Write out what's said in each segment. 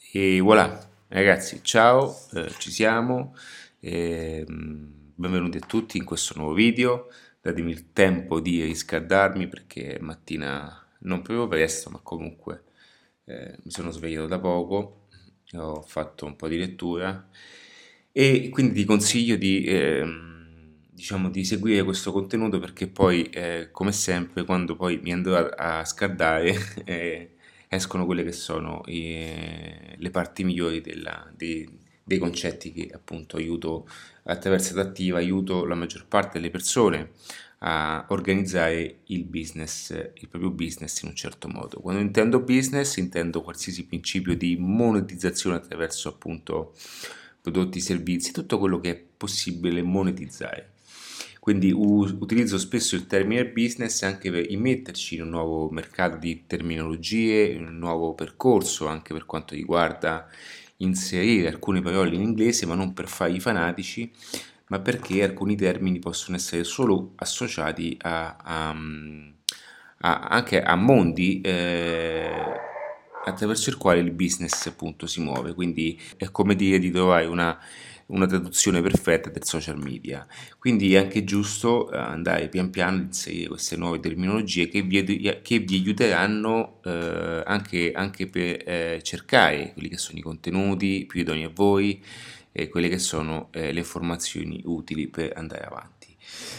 E voilà, ragazzi, ciao, ci siamo, benvenuti a tutti in questo nuovo video. Datemi il tempo di riscaldarmi perché è mattina non proprio presto, ma comunque mi sono svegliato da poco, ho fatto un po' di lettura e quindi ti consiglio diciamo, di seguire questo contenuto perché poi, come sempre, quando poi mi andrò a scaldare, escono quelle che sono le parti migliori dei concetti che appunto aiuto attraverso Adattiva, aiuto la maggior parte delle persone a organizzare il business, il proprio business in un certo modo. Quando intendo business, intendo qualsiasi principio di monetizzazione attraverso appunto prodotti, servizi, tutto quello che è possibile monetizzare. Quindi utilizzo spesso il termine business anche per immetterci in un nuovo mercato di terminologie, in un nuovo percorso anche per quanto riguarda inserire alcune parole in inglese, ma non per fare i fanatici, ma perché alcuni termini possono essere solo associati anche a mondi attraverso il quale il business appunto si muove. Quindi è come dire di trovare una traduzione perfetta del social media. Quindi è anche giusto andare pian piano a inserire queste nuove terminologie che vi aiuteranno anche per cercare quelli che sono i contenuti più idonei a voi e quelle che sono le informazioni utili per andare avanti.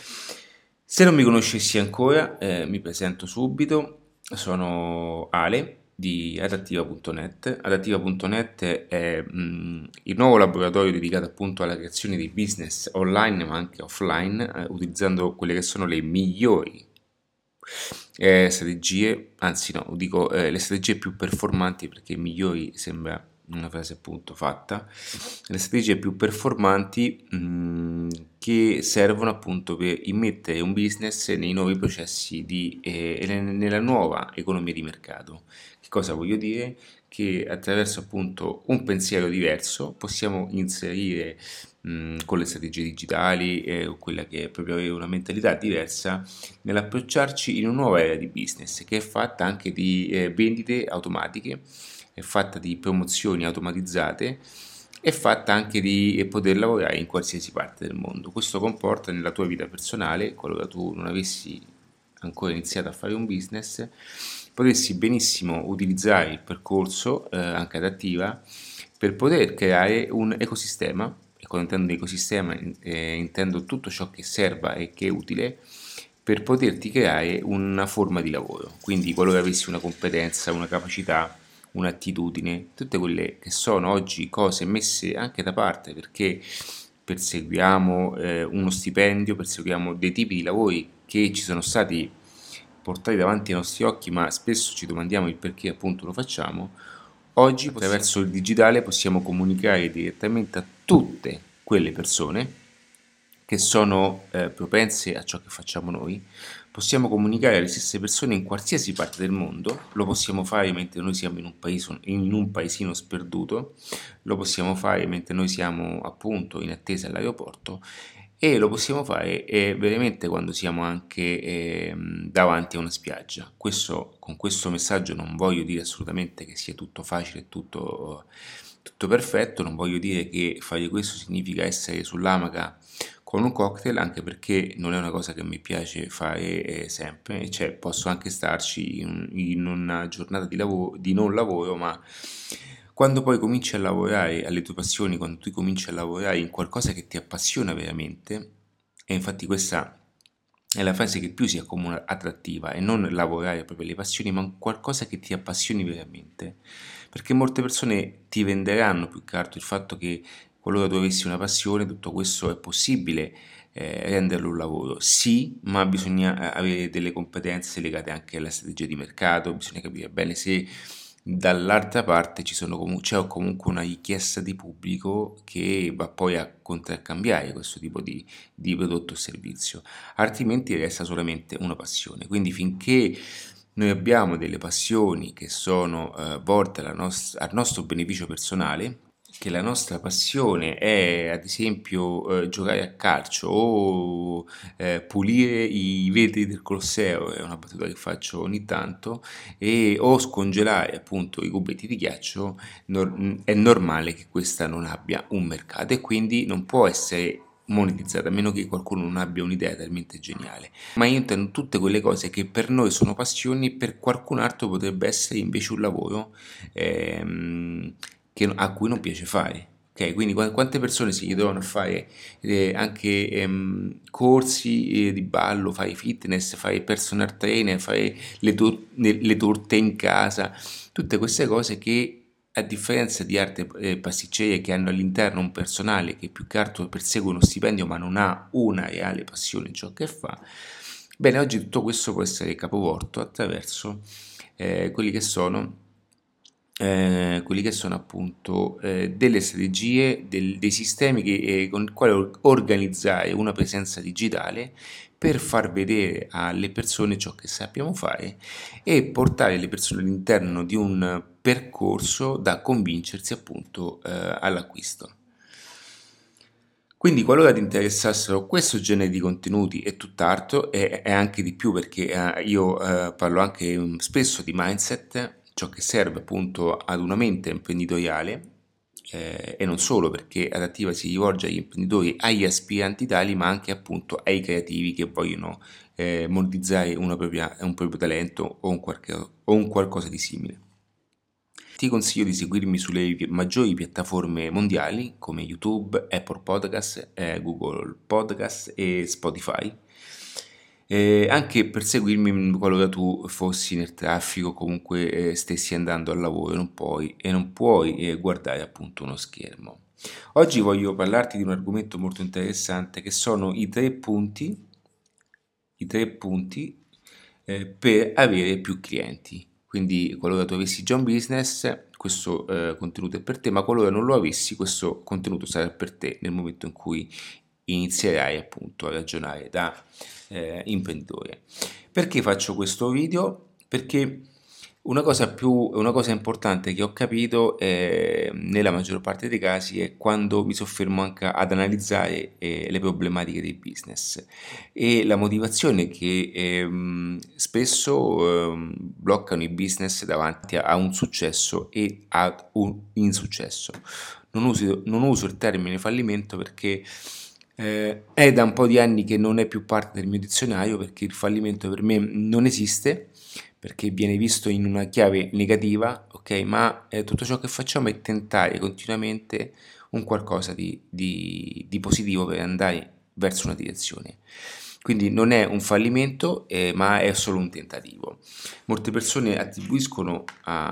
Se non mi conoscessi ancora, mi presento subito, sono Ale di adattiva.net. Adattiva.net è il nuovo laboratorio dedicato appunto alla creazione di business online ma anche offline, utilizzando quelle che sono le migliori strategie, anzi no, dico le strategie più performanti perché migliori sembra una frase appunto fatta, le strategie più performanti che servono appunto per immettere un business nei nuovi processi nella nuova economia di mercato. Che cosa voglio dire? Che attraverso appunto un pensiero diverso possiamo inserire con le strategie digitali o quella che è proprio avere una mentalità diversa nell'approcciarci in una nuova era di business che è fatta anche di vendite automatiche, è fatta di promozioni automatizzate, è fatta anche di poter lavorare in qualsiasi parte del mondo. Questo comporta nella tua vita personale, qualora tu non avessi ancora iniziato a fare un business, potessi benissimo utilizzare il percorso anche adattiva per poter creare un ecosistema, e quando intendo ecosistema intendo tutto ciò che serva e che è utile per poterti creare una forma di lavoro. Quindi qualora avessi una competenza, una capacità, un'attitudine, tutte quelle che sono oggi cose messe anche da parte perché perseguiamo uno stipendio, perseguiamo dei tipi di lavori che ci sono stati portati davanti ai nostri occhi, ma spesso ci domandiamo il perché appunto lo facciamo. Oggi attraverso il digitale possiamo comunicare direttamente a tutte quelle persone che sono propense a ciò che facciamo noi, possiamo comunicare alle stesse persone in qualsiasi parte del mondo, lo possiamo fare mentre noi siamo in un paesino sperduto, lo possiamo fare mentre noi siamo appunto in attesa all'aeroporto e lo possiamo fare veramente quando siamo anche davanti a una spiaggia. Con questo messaggio non voglio dire assolutamente che sia tutto facile e tutto perfetto, non voglio dire che fare questo significa essere sull'amaca con un cocktail, anche perché non è una cosa che mi piace fare sempre, cioè posso anche starci in una giornata di non lavoro, ma quando poi cominci a lavorare alle tue passioni, quando tu cominci a lavorare in qualcosa che ti appassiona veramente, e infatti questa è la frase che più si accomuna attrattiva, e non lavorare proprio alle passioni, ma qualcosa che ti appassioni veramente, perché molte persone ti venderanno più che altro il fatto che qualora tu avessi una passione, tutto questo è possibile renderlo un lavoro. Sì, ma bisogna avere delle competenze legate anche alla strategia di mercato, bisogna capire bene se dall'altra parte c'è comunque una richiesta di pubblico che va poi a contraccambiare questo tipo di prodotto o servizio, altrimenti resta solamente una passione. Quindi finché noi abbiamo delle passioni che sono volte al nostro beneficio personale, che la nostra passione è ad esempio giocare a calcio o pulire i vetri del Colosseo, è una battuta che faccio ogni tanto, o scongelare appunto i cubetti di ghiaccio, è normale che questa non abbia un mercato e quindi non può essere monetizzata a meno che qualcuno non abbia un'idea talmente geniale. Ma io intendo tutte quelle cose che per noi sono passioni, per qualcun altro potrebbe essere invece un lavoro a cui non piace fare. Ok, quindi quante persone si ritrovano a fare anche corsi di ballo, fare fitness, fare personal trainer, fare le torte in casa, tutte queste cose che a differenza di arte pasticceria che hanno all'interno un personale che più che altro persegue uno stipendio ma non ha una reale passione in ciò che fa, bene, oggi tutto questo può essere capovolto attraverso quelli che sono appunto delle strategie, dei sistemi con i quali organizzare una presenza digitale per far vedere alle persone ciò che sappiamo fare e portare le persone all'interno di un percorso da convincersi appunto all'acquisto. Quindi qualora ti interessassero questo genere di contenuti e tutt'altro, e anche di più perché io parlo anche spesso di mindset, ciò che serve appunto ad una mente imprenditoriale, e non solo perché Adattiva si rivolge agli imprenditori, agli aspiranti tali, ma anche appunto ai creativi che vogliono monetizzare un proprio talento o un qualcosa di simile. Ti consiglio di seguirmi sulle maggiori piattaforme mondiali come YouTube, Apple Podcast, Google Podcast e Spotify. Anche per seguirmi qualora tu fossi nel traffico o comunque stessi andando al lavoro e non puoi guardare appunto uno schermo. Oggi voglio parlarti di un argomento molto interessante che sono i tre punti per avere più clienti. Quindi qualora tu avessi già un business, questo contenuto è per te, ma qualora non lo avessi, questo contenuto sarà per te nel momento in cui inizierai appunto a ragionare da imprenditore. Perché faccio questo video? Perché una cosa importante che ho capito nella maggior parte dei casi è quando mi soffermo anche ad analizzare le problematiche dei business e la motivazione che spesso bloccano i business davanti a un successo e ad un insuccesso. Non uso il termine fallimento perché è da un po' di anni che non è più parte del mio dizionario perché il fallimento per me non esiste perché viene visto in una chiave negativa, ok? Ma tutto ciò che facciamo è tentare continuamente un qualcosa di positivo per andare verso una direzione. Quindi non è un fallimento, ma è solo un tentativo. Molte persone attribuiscono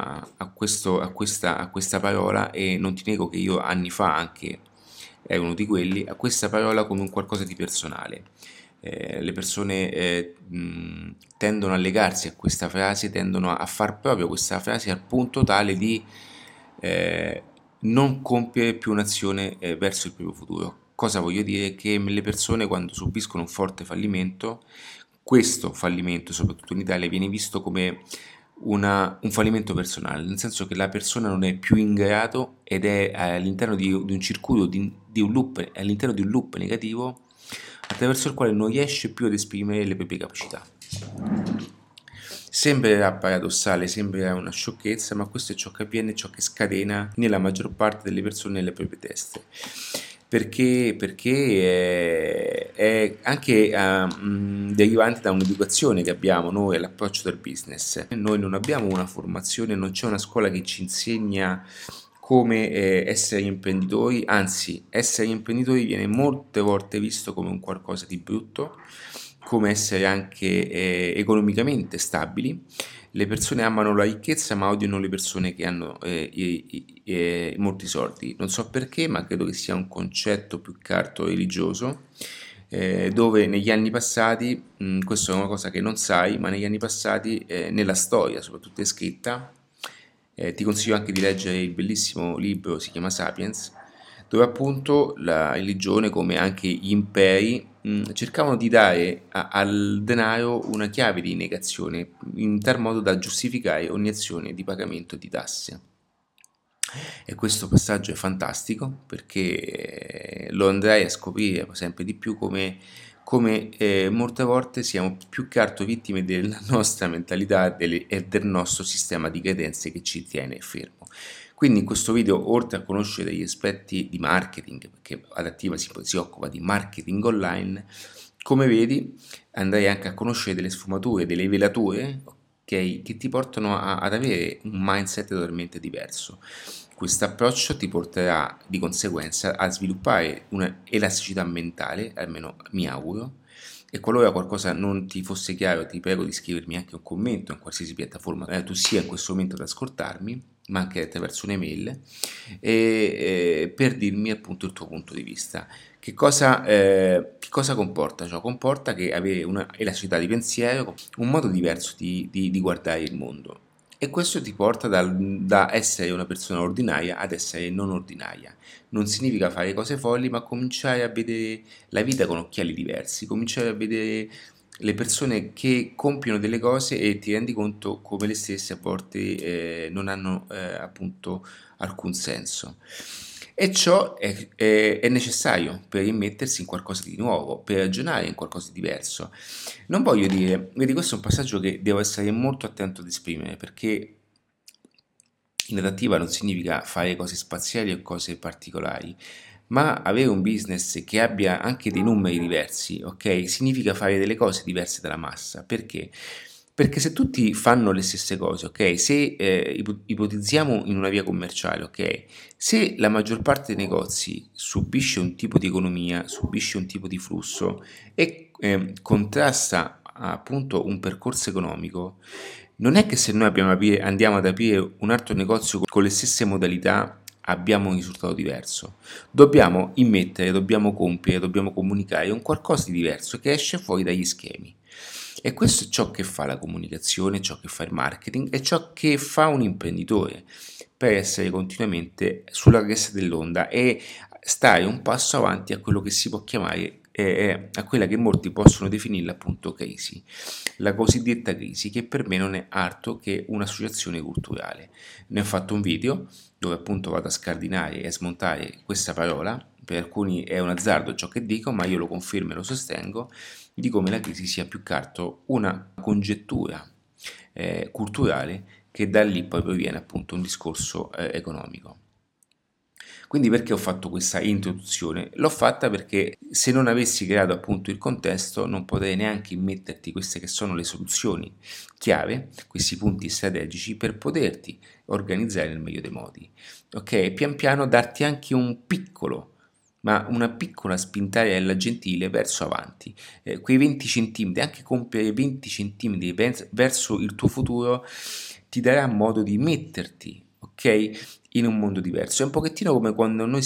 a questa parola, e non ti nego che io anni fa anche ero uno di quelli, a questa parola come un qualcosa di personale. Le persone tendono a legarsi a questa frase, tendono a far proprio questa frase al punto tale di eh, non compiere più un'azione verso il proprio futuro. Cosa voglio dire? Che le persone quando subiscono un forte fallimento, questo fallimento, soprattutto in Italia, viene visto come un fallimento personale, nel senso che la persona non è più in grado ed è all'interno di un circuito, di un loop, all'interno di un loop negativo attraverso il quale non riesce più ad esprimere le proprie capacità. Sembrerà paradossale, sembrerà una sciocchezza, ma questo è ciò che avviene, ciò che scatena nella maggior parte delle persone nelle proprie teste. Perché è anche derivante da un'educazione che abbiamo noi all'approccio del business. Noi non abbiamo una formazione, non c'è una scuola che ci insegna come essere imprenditori, anzi essere imprenditori viene molte volte visto come un qualcosa di brutto, come essere anche economicamente stabili. Le persone amano la ricchezza ma odiano le persone che hanno molti soldi. Non so perché, ma credo che sia un concetto più che altro religioso, dove negli anni passati, questo è una cosa che non sai, ma negli anni passati, nella storia soprattutto è scritta, ti consiglio anche di leggere il bellissimo libro, si chiama Sapiens, dove appunto la religione, come anche gli imperi, cercavano di dare al denaro una chiave di negazione in tal modo da giustificare ogni azione di pagamento di tasse. E questo passaggio è fantastico perché lo andrai a scoprire sempre di più come molte volte siamo più che altro vittime della nostra mentalità e del nostro sistema di credenze che ci tiene fermo. Quindi in questo video, oltre a conoscere gli aspetti di marketing, perché Adattiva si occupa di marketing online, come vedi andrai anche a conoscere delle sfumature, delle velature, ok, che ti portano ad avere un mindset totalmente diverso. Questo approccio ti porterà di conseguenza a sviluppare una elasticità mentale, almeno mi auguro, e qualora qualcosa non ti fosse chiaro ti prego di scrivermi anche un commento in qualsiasi piattaforma tu sia in questo momento ad ascoltarmi, ma anche attraverso un'email, per dirmi appunto il tuo punto di vista. Che cosa comporta ciò? Comporta che avere una elasticità di pensiero, un modo diverso di guardare il mondo. E questo ti porta da essere una persona ordinaria ad essere non ordinaria. Non significa fare cose folli, ma cominciare a vedere la vita con occhiali diversi, cominciare a vedere le persone che compiono delle cose e ti rendi conto come le stesse a volte non hanno appunto alcun senso. E ciò è necessario per immettersi in qualcosa di nuovo, per ragionare in qualcosa di diverso. Non voglio dire, vedi, questo è un passaggio che devo essere molto attento ad esprimere perché in adattiva non significa fare cose spaziali o cose particolari, ma avere un business che abbia anche dei numeri diversi, ok? Significa fare delle cose diverse dalla massa. Perché? Perché se tutti fanno le stesse cose, ok? Se ipotizziamo in una via commerciale, ok? Se la maggior parte dei negozi subisce un tipo di economia, subisce un tipo di flusso e contrasta appunto un percorso economico, non è che se noi andiamo ad aprire un altro negozio con le stesse modalità abbiamo un risultato diverso. Dobbiamo immettere, dobbiamo compiere, dobbiamo comunicare un qualcosa di diverso che esce fuori dagli schemi. E questo è ciò che fa la comunicazione, ciò che fa il marketing e ciò che fa un imprenditore per essere continuamente sulla cresta dell'onda e stare un passo avanti a quello che si può chiamare, a quella che molti possono definire appunto crisi, la cosiddetta crisi che per me non è altro che un'associazione culturale. Ne ho fatto un video dove appunto vado a scardinare e a smontare questa parola, per alcuni è un azzardo ciò che dico, ma io lo confermo e lo sostengo, di come la crisi sia più che altro una congettura culturale che da lì poi proviene appunto un discorso economico. Quindi perché ho fatto questa introduzione? L'ho fatta perché se non avessi creato appunto il contesto non potrei neanche immetterti queste che sono le soluzioni chiave, questi punti strategici per poterti organizzare nel meglio dei modi. Ok? Pian piano darti anche un piccolo ma una piccola spintarella gentile verso avanti, quei 20 centimetri, anche compiere 20 centimetri verso il tuo futuro ti darà modo di metterti, ok? In un mondo diverso. È un pochettino come quando noi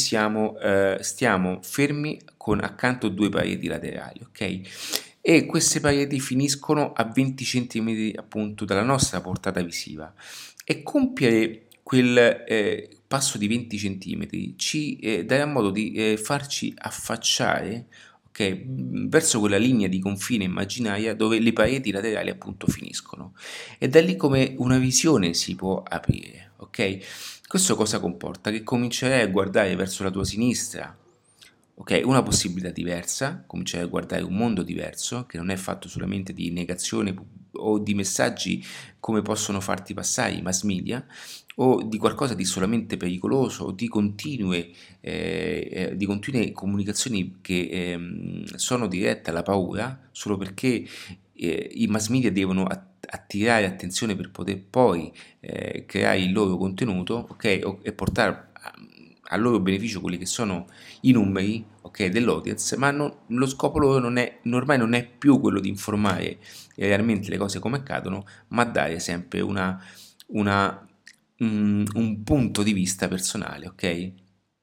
stiamo fermi con accanto due pareti laterali, ok? E queste pareti finiscono a 20 centimetri appunto dalla nostra portata visiva e compiere quel passo di 20 centimetri ci darà modo di farci affacciare, ok, verso quella linea di confine immaginaria dove le pareti laterali appunto finiscono e da lì come una visione si può aprire, ok? Questo cosa comporta? Che comincerai a guardare verso la tua sinistra, ok? Una possibilità diversa, comincerai a guardare un mondo diverso che non è fatto solamente di negazione o di messaggi come possono farti passare i mass media o di qualcosa di solamente pericoloso o di continue comunicazioni che sono dirette alla paura solo perché i mass media devono attirare attenzione per poter poi creare il loro contenuto, ok, e portare a loro beneficio quelli che sono i numeri, ok, dell'audience, ma lo scopo loro ormai non è più quello di informare realmente le cose come accadono, ma dare sempre un punto di vista personale, ok?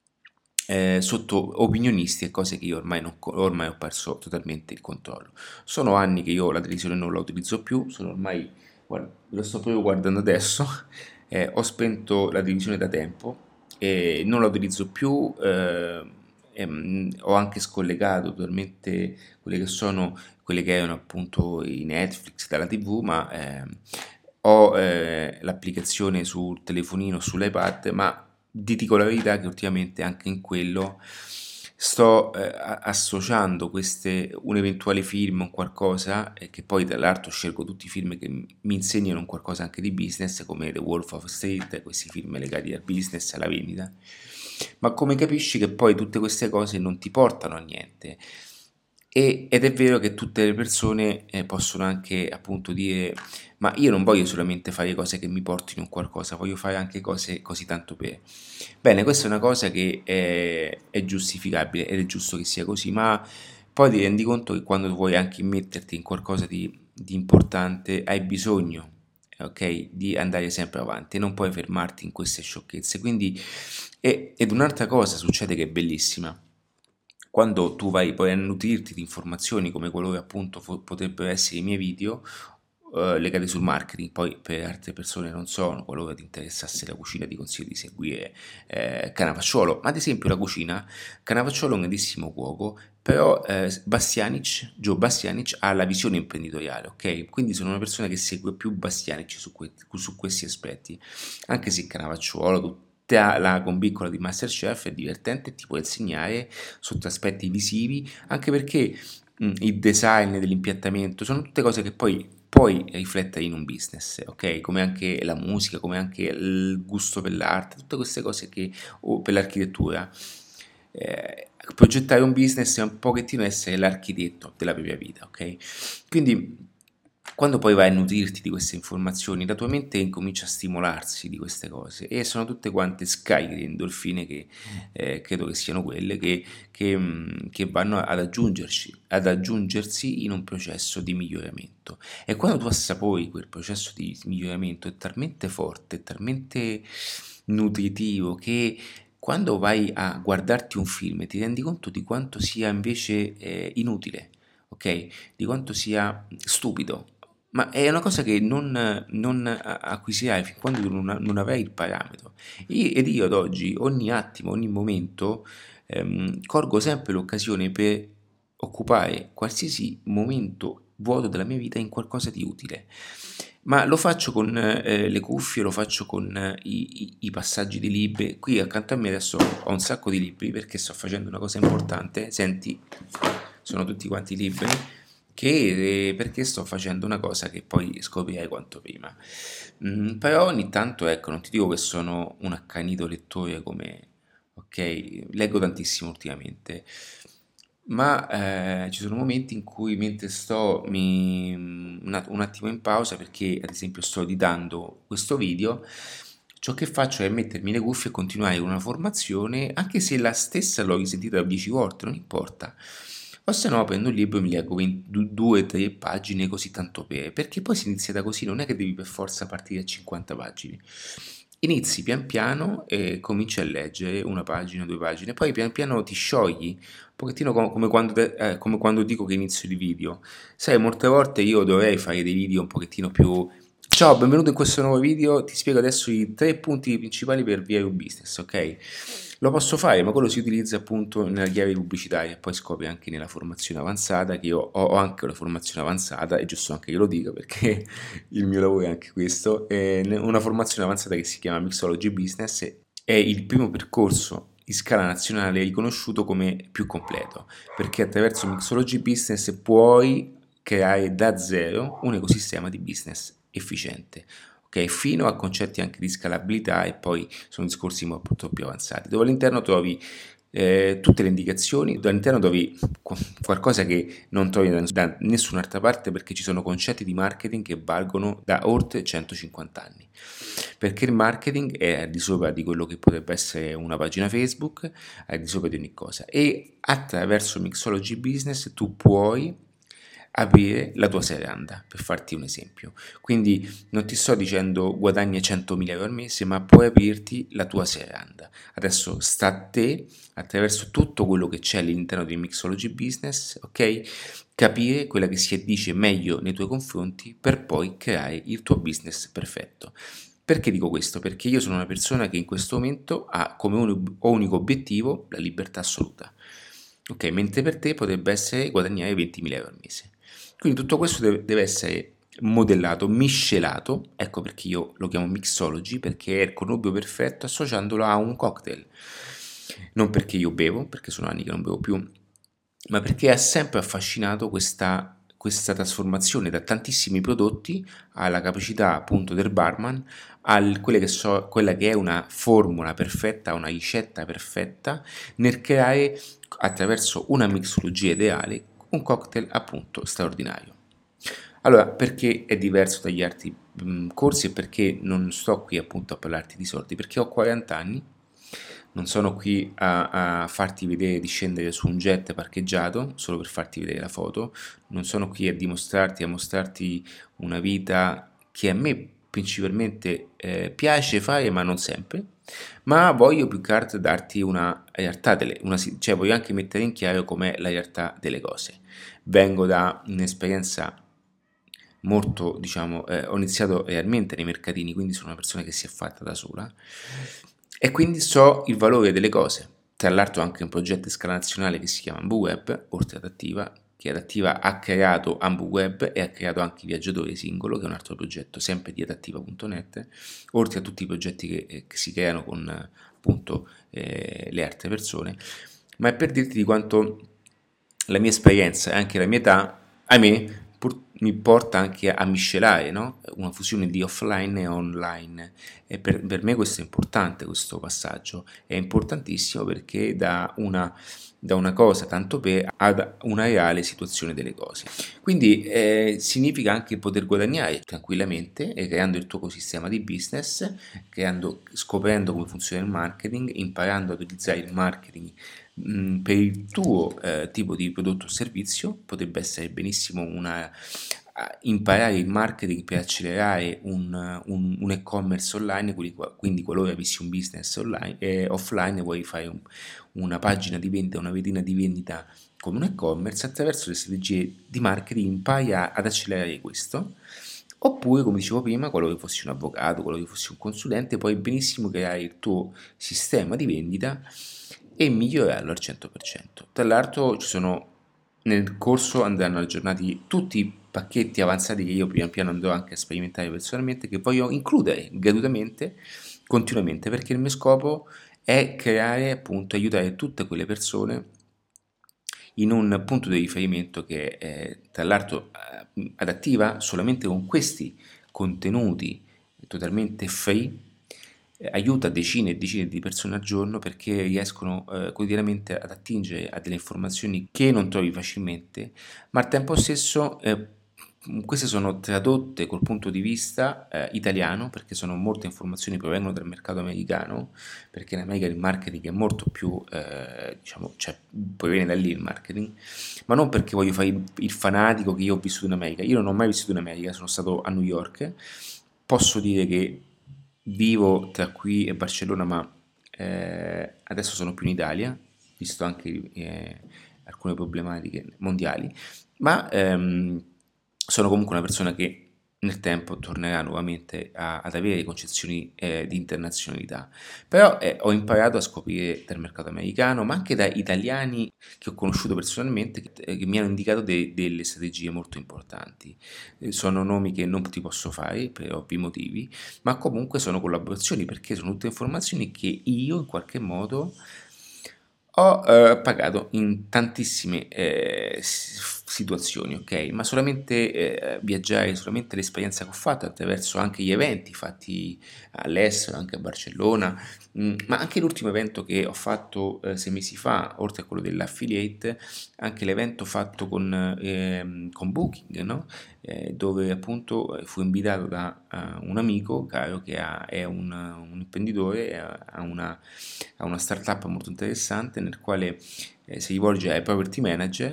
Sotto opinionisti e cose che io ormai ho perso totalmente il controllo. Sono anni che io la televisione non la utilizzo più, sono ormai, guarda, lo sto proprio guardando adesso, ho spento la televisione da tempo e non la utilizzo più, ho anche scollegato totalmente quelle che erano appunto i Netflix dalla TV, ma ho l'applicazione sul telefonino, sull'iPad, ma ti dico la verità che ultimamente anche in quello sto associando un eventuale film, un qualcosa, e che poi tra l'altro scelgo tutti i film che mi insegnano un qualcosa anche di business, come The Wolf of Street, questi film legati al business, alla vendita. Ma come capisci che poi tutte queste cose non ti portano a niente? Ed è vero che tutte le persone possono anche appunto dire: ma io non voglio solamente fare cose che mi portino a qualcosa, voglio fare anche cose così tanto per. Bene, questa è una cosa che è giustificabile ed è giusto che sia così, ma poi ti rendi conto che quando vuoi anche metterti in qualcosa di importante hai bisogno, ok, di andare sempre avanti, non puoi fermarti in queste sciocchezze. Quindi, ed un'altra cosa succede che è bellissima. Quando tu vai poi a nutrirti di informazioni come quello che appunto potrebbero essere i miei video legati sul marketing, poi per altre persone non sono, qualora ti interessasse la cucina ti consiglio di seguire Canavacciuolo, ma ad esempio la cucina, Canavacciuolo è un grandissimo cuoco, però Joe Bastianic ha la visione imprenditoriale, ok? Quindi sono una persona che segue più Bastianic su questi aspetti, anche se Canavacciuolo, tutta la combiccola di Masterchef è divertente e ti può insegnare sotto aspetti visivi, anche perché il design dell'impiattamento sono tutte cose che poi puoi riflettere in un business, ok? Come anche la musica, come anche il gusto per l'arte, tutte queste cose o per l'architettura. Progettare un business è un pochettino essere l'architetto della propria vita, ok? Quindi quando poi vai a nutrirti di queste informazioni, la tua mente incomincia a stimolarsi di queste cose e sono tutte quante scariche di endorfine che credo che siano quelle che vanno ad aggiungersi in un processo di miglioramento. E quando tu assapori quel processo di miglioramento è talmente forte, è talmente nutritivo che quando vai a guardarti un film ti rendi conto di quanto sia invece inutile, ok? Di quanto sia stupido. Ma è una cosa che non acquisirai fin quando tu non avrai il parametro. Ed io ad oggi, ogni attimo, ogni momento, colgo sempre l'occasione per occupare qualsiasi momento vuoto della mia vita in qualcosa di utile. Ma lo faccio con le cuffie, lo faccio con i passaggi di libri. Qui accanto a me adesso ho un sacco di libri perché sto facendo una cosa importante. Senti, sono tutti quanti libri perché sto facendo una cosa che poi scoprirai quanto prima. Però ogni tanto, ecco, non ti dico che sono un accanito lettore come, ok, leggo tantissimo ultimamente, ma ci sono momenti in cui mentre un attimo in pausa perché ad esempio sto editando questo video, ciò che faccio è mettermi le cuffie e continuare con una formazione, anche se la stessa l'ho risentita 10 volte, non importa. O se no prendo un libro e mi leggo 2-3 pagine così tanto perché poi si inizia da così, non è che devi per forza partire a 50 pagine. Inizi pian piano e cominci a leggere una pagina, 2 pagine, poi pian piano ti sciogli, un pochettino come quando dico che inizio di video. Sai, molte volte io dovrei fare dei video un pochettino più. Ciao, benvenuto in questo nuovo video, ti spiego adesso i 3 punti principali per avviare un business, ok? Lo posso fare, ma quello si utilizza appunto nella chiave pubblicitaria, poi scopri anche nella formazione avanzata, che io ho anche una formazione avanzata, è giusto anche che lo dica perché il mio lavoro è anche questo, è una formazione avanzata che si chiama Mixology Business, è il primo percorso in scala nazionale riconosciuto come più completo, perché attraverso Mixology Business puoi creare da zero un ecosistema di business efficiente, ok? Fino a concetti anche di scalabilità e poi sono discorsi molto più avanzati, dove all'interno trovi tutte le indicazioni, all'interno trovi qualcosa che non trovi da nessun'altra parte perché ci sono concetti di marketing che valgono da oltre 150 anni. Perché il marketing è al di sopra di quello che potrebbe essere una pagina Facebook, è al di sopra di ogni cosa. E attraverso Mixology Business tu puoi aprire la tua serranda, per farti un esempio. Quindi non ti sto dicendo guadagna 100.000 euro al mese, ma puoi aprirti la tua serranda. Adesso sta a te, attraverso tutto quello che c'è all'interno di Mixology Business, ok? Capire quella che si dice meglio nei tuoi confronti per poi creare il tuo business perfetto. Perché dico questo? Perché io sono una persona che in questo momento ha come unico obiettivo la libertà assoluta. Ok, mentre per te potrebbe essere guadagnare 20.000 euro al mese. Quindi tutto questo deve essere modellato, miscelato, ecco perché io lo chiamo mixology, perché è il connubio perfetto associandolo a un cocktail. Non perché io bevo, perché sono anni che non bevo più, ma perché ha sempre affascinato questa trasformazione da tantissimi prodotti alla capacità appunto del barman, quella che è una formula perfetta, una ricetta perfetta nel creare attraverso una mixologia ideale un cocktail appunto straordinario. Allora, perché è diverso dagli altri corsi e perché non sto qui appunto a parlarti di soldi? Perché ho 40 anni, non sono qui a farti vedere di scendere su un jet parcheggiato solo per farti vedere la foto, non sono qui a dimostrarti, a mostrarti una vita che a me principalmente piace fare, ma non sempre, ma voglio più che altro darti una realtà, cioè voglio anche mettere in chiaro com'è la realtà delle cose. Vengo da un'esperienza molto, diciamo, ho iniziato realmente nei mercatini, quindi sono una persona che si è fatta da sola e quindi so il valore delle cose. Tra l'altro ho anche un progetto in scala nazionale che si chiama AmbuWeb, oltre ad Attiva, che Adattiva ha creato AmbuWeb e ha creato anche Viaggiatore Singolo, che è un altro progetto sempre di adattiva.net, oltre a tutti i progetti che si creano con appunto le altre persone, ma è per dirti di quanto la mia esperienza e anche la mia età, ahimè, mi porta anche a miscelare, no? Una fusione di offline e online. E per me questo è importante, questo passaggio. È importantissimo perché da una cosa tanto per ad una reale situazione delle cose. Quindi significa anche poter guadagnare tranquillamente creando il tuo ecosistema di business, scoprendo come funziona il marketing, imparando ad utilizzare il marketing per il tuo tipo di prodotto o servizio. Potrebbe essere benissimo imparare il marketing per accelerare un e-commerce online, quindi qualora avessi un business online, offline, vuoi fare una pagina di vendita, una vetrina di vendita come un e-commerce, attraverso le strategie di marketing impari ad accelerare questo. Oppure, come dicevo prima, qualora fossi un avvocato, qualora fossi un consulente, puoi benissimo creare il tuo sistema di vendita e migliorarlo al 100%. Tra l'altro nel corso andranno aggiornati tutti i pacchetti avanzati che io piano piano andrò anche a sperimentare personalmente, che voglio includere gratuitamente, continuamente, perché il mio scopo è creare, appunto, aiutare tutte quelle persone in un punto di riferimento che tra l'altro adattiva solamente con questi contenuti totalmente free, aiuta decine e decine di persone al giorno perché riescono quotidianamente ad attingere a delle informazioni che non trovi facilmente, ma al tempo stesso queste sono tradotte col punto di vista italiano, perché sono molte informazioni che provengono dal mercato americano, perché in America il marketing è molto più, diciamo, cioè proviene da lì il marketing, ma non perché voglio fare il fanatico che io ho vissuto in America. Io non ho mai vissuto in America, sono stato a New York, posso dire che vivo tra qui e Barcellona, ma adesso sono più in Italia, visto anche alcune problematiche mondiali, ma sono comunque una persona che nel tempo tornerà nuovamente ad avere concezioni di internazionalità. Però ho imparato a scoprire dal mercato americano, ma anche da italiani che ho conosciuto personalmente, che mi hanno indicato delle strategie molto importanti. Sono nomi che non ti posso fare per ovvi motivi, ma comunque sono collaborazioni perché sono tutte informazioni che io in qualche modo ho pagato in tantissime situazioni, ok? Ma solamente viaggiare, solamente l'esperienza che ho fatto attraverso anche gli eventi fatti all'estero, anche a Barcellona, ma anche l'ultimo evento che ho fatto 6 mesi fa, oltre a quello dell'affiliate, anche l'evento fatto con Booking, no? Dove appunto fui invitato da un amico caro che è un imprenditore, ha una startup molto interessante nel quale si rivolge ai property manager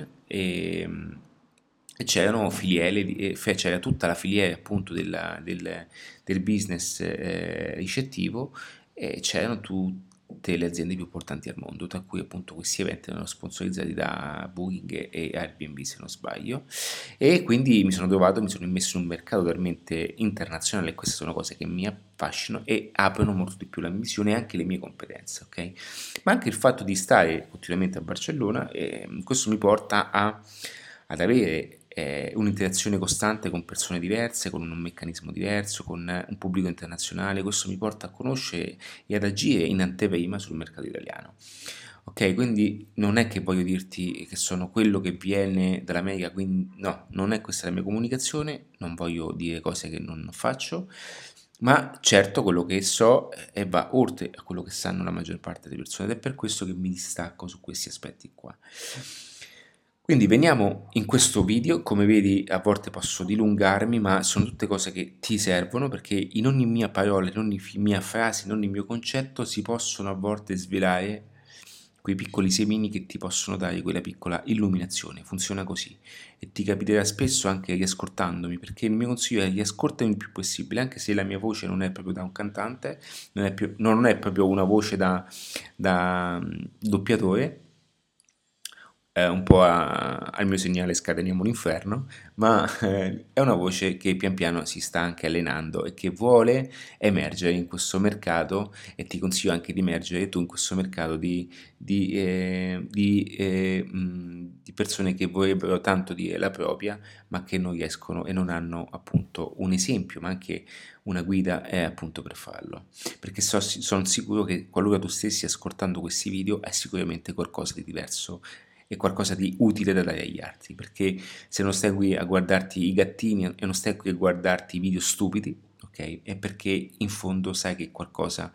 e c'erano filiere, c'era tutta la filiera appunto del business ricettivo e c'erano tutte le aziende più importanti al mondo, tra cui appunto questi eventi erano sponsorizzati da Booking e Airbnb se non sbaglio, e quindi mi sono immesso in un mercato talmente internazionale e queste sono cose che mi affascinano e aprono molto di più la mia visione e anche le mie competenze, ok? Ma anche il fatto di stare continuamente a Barcellona, questo mi porta ad avere un'interazione costante con persone diverse, con un meccanismo diverso, con un pubblico internazionale. Questo mi porta a conoscere e ad agire in anteprima sul mercato italiano. Ok, quindi non è che voglio dirti che sono quello che viene dall'America, quindi no, non è questa la mia comunicazione, non voglio dire cose che non faccio, ma certo quello che so e va oltre a quello che sanno la maggior parte delle persone ed è per questo che mi distacco su questi aspetti qua. Quindi veniamo in questo video, come vedi a volte posso dilungarmi, ma sono tutte cose che ti servono perché in ogni mia parola, in ogni mia frase, in ogni mio concetto si possono a volte svelare quei piccoli semini che ti possono dare quella piccola illuminazione. Funziona così e ti capiterà spesso anche riascoltandomi, perché il mio consiglio è riascoltami il più possibile, anche se la mia voce non è proprio da un cantante, non è proprio una voce da doppiatore, un po' al mio segnale scateniamo l'inferno, ma è una voce che pian piano si sta anche allenando e che vuole emergere in questo mercato e ti consiglio anche di emergere tu in questo mercato di persone che vorrebbero tanto dire la propria ma che non riescono e non hanno appunto un esempio ma anche una guida appunto per farlo, perché sono sicuro che qualora tu stessi ascoltando questi video è sicuramente qualcosa di diverso e qualcosa di utile da dare agli altri, perché se non stai qui a guardarti i gattini e non stai qui a guardarti i video stupidi, ok? È perché in fondo sai che qualcosa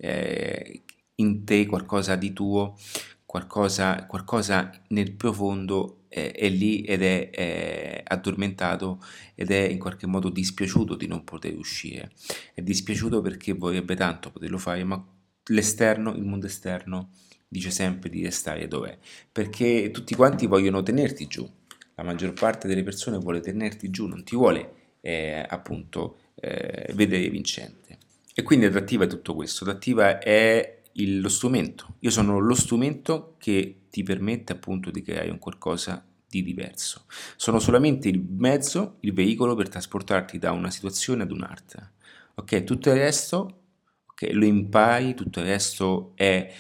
in te, qualcosa di tuo, qualcosa nel profondo è lì ed è addormentato ed è in qualche modo dispiaciuto di non poter uscire. È dispiaciuto perché vorrebbe tanto poterlo fare, ma l'esterno, il mondo esterno, dice sempre di restare dov'è, perché tutti quanti vogliono tenerti giù, la maggior parte delle persone vuole tenerti giù, non ti vuole appunto vedere vincente. E quindi adattiva è tutto questo, adattiva è lo strumento, io sono lo strumento che ti permette appunto di creare un qualcosa di diverso, sono solamente il mezzo, il veicolo per trasportarti da una situazione ad un'altra, ok? Tutto il resto lo impari, tutto il resto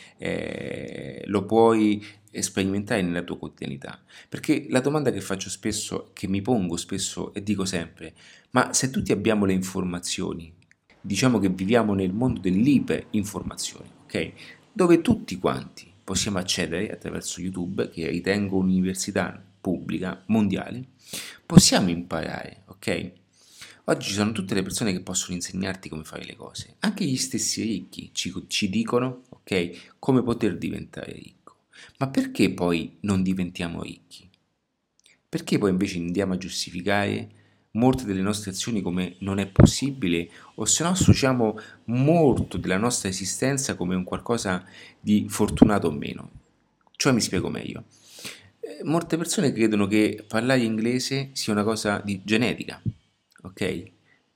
lo puoi sperimentare nella tua quotidianità. Perché la domanda che faccio spesso, che mi pongo spesso e dico sempre, ma se tutti abbiamo le informazioni, diciamo che viviamo nel mondo dell'iperinformazione, ok? Dove tutti quanti possiamo accedere attraverso YouTube, che ritengo un'università pubblica mondiale, possiamo imparare, ok? Oggi ci sono tutte le persone che possono insegnarti come fare le cose, anche gli stessi ricchi ci dicono, ok, come poter diventare ricco. Ma perché poi non diventiamo ricchi? Perché poi invece andiamo a giustificare molte delle nostre azioni come non è possibile o se no associamo molto della nostra esistenza come un qualcosa di fortunato o meno? Cioè mi spiego meglio. Molte persone credono che parlare inglese sia una cosa di genetica, ok?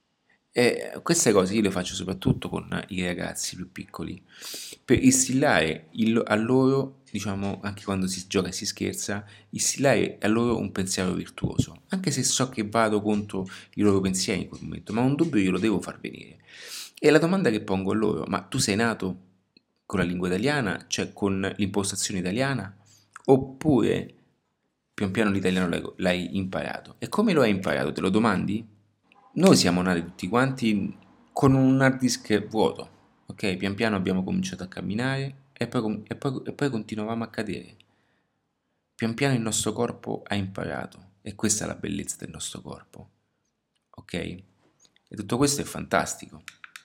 E queste cose io le faccio soprattutto con i ragazzi più piccoli, per instillare a loro, diciamo, anche quando si gioca e si scherza, instillare a loro un pensiero virtuoso, anche se so che vado contro i loro pensieri in quel momento, ma un dubbio glielo devo far venire. E la domanda che pongo a loro, ma tu sei nato con la lingua italiana, cioè con l'impostazione italiana, oppure pian piano l'italiano l'hai imparato? E come lo hai imparato? Te lo domandi? Noi siamo nati tutti quanti con un hard disk vuoto, ok? Pian piano abbiamo cominciato a camminare e poi continuavamo a cadere. Pian piano il nostro corpo ha imparato e questa è la bellezza del nostro corpo, ok? E tutto questo è fantastico.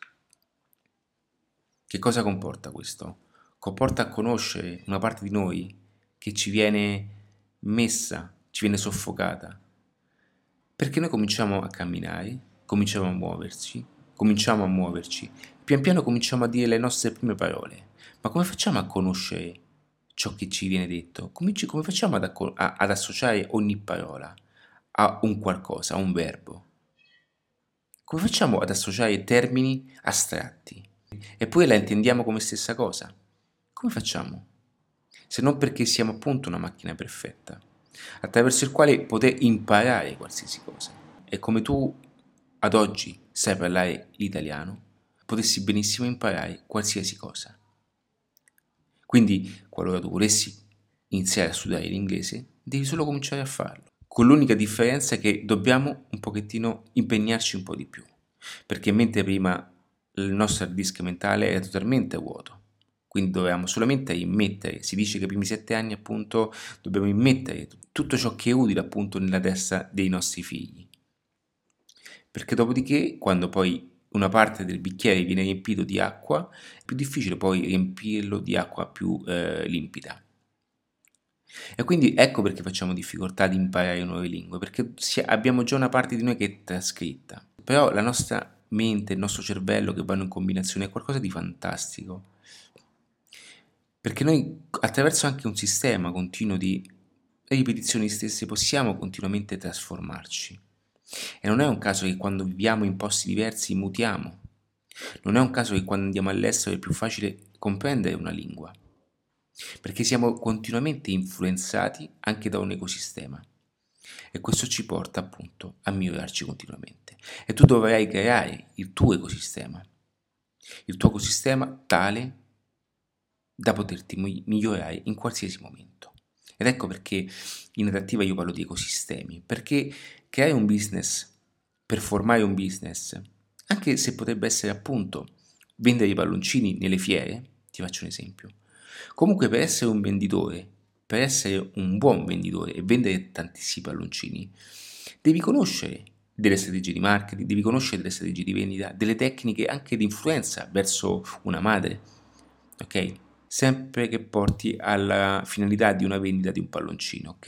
Che cosa comporta questo? Comporta a conoscere una parte di noi che ci viene messa, ci viene soffocata, perché noi cominciamo a camminare, cominciamo a muoverci, pian piano cominciamo a dire le nostre prime parole. Ma come facciamo a conoscere ciò che ci viene detto? Come facciamo ad associare ogni parola a un qualcosa, a un verbo? Come facciamo ad associare termini astratti? Eppure la intendiamo come stessa cosa? Come facciamo? Se non perché siamo appunto una macchina perfetta, attraverso il quale poter imparare qualsiasi cosa. E come tu ad oggi sai parlare l'italiano, potessi benissimo imparare qualsiasi cosa. Quindi, qualora tu volessi iniziare a studiare l'inglese, devi solo cominciare a farlo. con l'unica differenza che dobbiamo un pochettino impegnarci un po' di più, perché mentre prima il nostro hard disk mentale era totalmente vuoto, quindi dovevamo solamente immettere, si dice che i primi 7 anni appunto dobbiamo immettere tutto ciò che è utile appunto nella testa dei nostri figli, perché dopodiché quando poi una parte del bicchiere viene riempito di acqua è più difficile poi riempirlo di acqua più limpida. E quindi ecco perché facciamo difficoltà ad imparare nuove lingue, perché abbiamo già una parte di noi che è trascritta, però la nostra mente, il nostro cervello che vanno in combinazione è qualcosa di fantastico, perché noi attraverso anche un sistema continuo di ripetizioni stesse possiamo continuamente trasformarci. E non è un caso che quando viviamo in posti diversi mutiamo, non è un caso che quando andiamo all'estero è più facile comprendere una lingua, perché siamo continuamente influenzati anche da un ecosistema e questo ci porta appunto a migliorarci continuamente e tu dovrai creare il tuo ecosistema tale da poterti migliorare in qualsiasi momento. Ed ecco perché in adattiva io parlo di ecosistemi, perché creare un business per formare un business, anche se potrebbe essere appunto vendere i palloncini nelle fiere, ti faccio un esempio, comunque per essere un venditore, per essere un buon venditore e vendere tantissimi palloncini, devi conoscere delle strategie di marketing, devi conoscere delle strategie di vendita, delle tecniche anche di influenza verso una madre, ok? Sempre che porti alla finalità di una vendita di un palloncino, ok?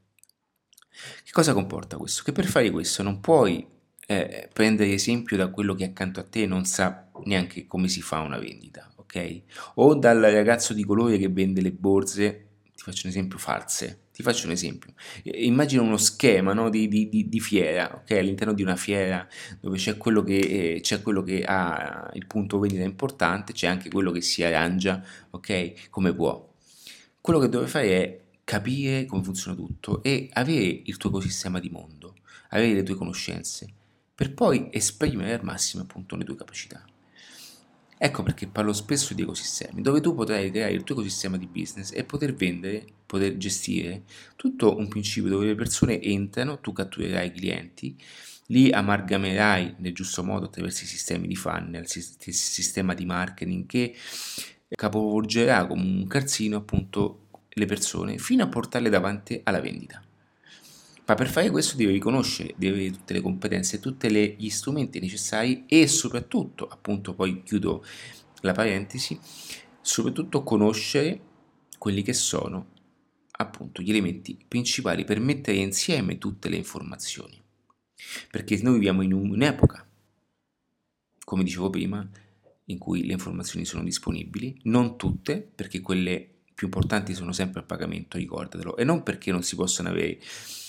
Che cosa comporta questo? Che per fare questo non puoi prendere esempio da quello che accanto a te non sa neanche come si fa una vendita, ok? O dal ragazzo di colore che vende le borse, ti faccio un esempio, false. Ti faccio un esempio. Immagina uno schema, no, di fiera, ok? All'interno di una fiera dove c'è quello che ha il punto vendita importante, c'è anche quello che si arrangia, ok? Come può. Quello che deve fare è capire come funziona tutto e avere il tuo ecosistema di mondo, avere le tue conoscenze, per poi esprimere al massimo appunto le tue capacità. Ecco perché parlo spesso di ecosistemi, dove tu potrai creare il tuo ecosistema di business e poter vendere, poter gestire tutto un principio dove le persone entrano, tu catturerai i clienti, li amalgamerai nel giusto modo attraverso i sistemi di funnel, il sistema di marketing che capovolgerà come un calzino appunto le persone fino a portarle davanti alla vendita. Ma per fare questo devi conoscere, devi avere tutte le competenze, tutti gli strumenti necessari e soprattutto, appunto poi chiudo la parentesi, soprattutto conoscere quelli che sono appunto gli elementi principali per mettere insieme tutte le informazioni. Perché noi viviamo in un'epoca, come dicevo prima, in cui le informazioni sono disponibili, non tutte, perché quelle più importanti sono sempre a pagamento, ricordatelo, e non perché non si possono avere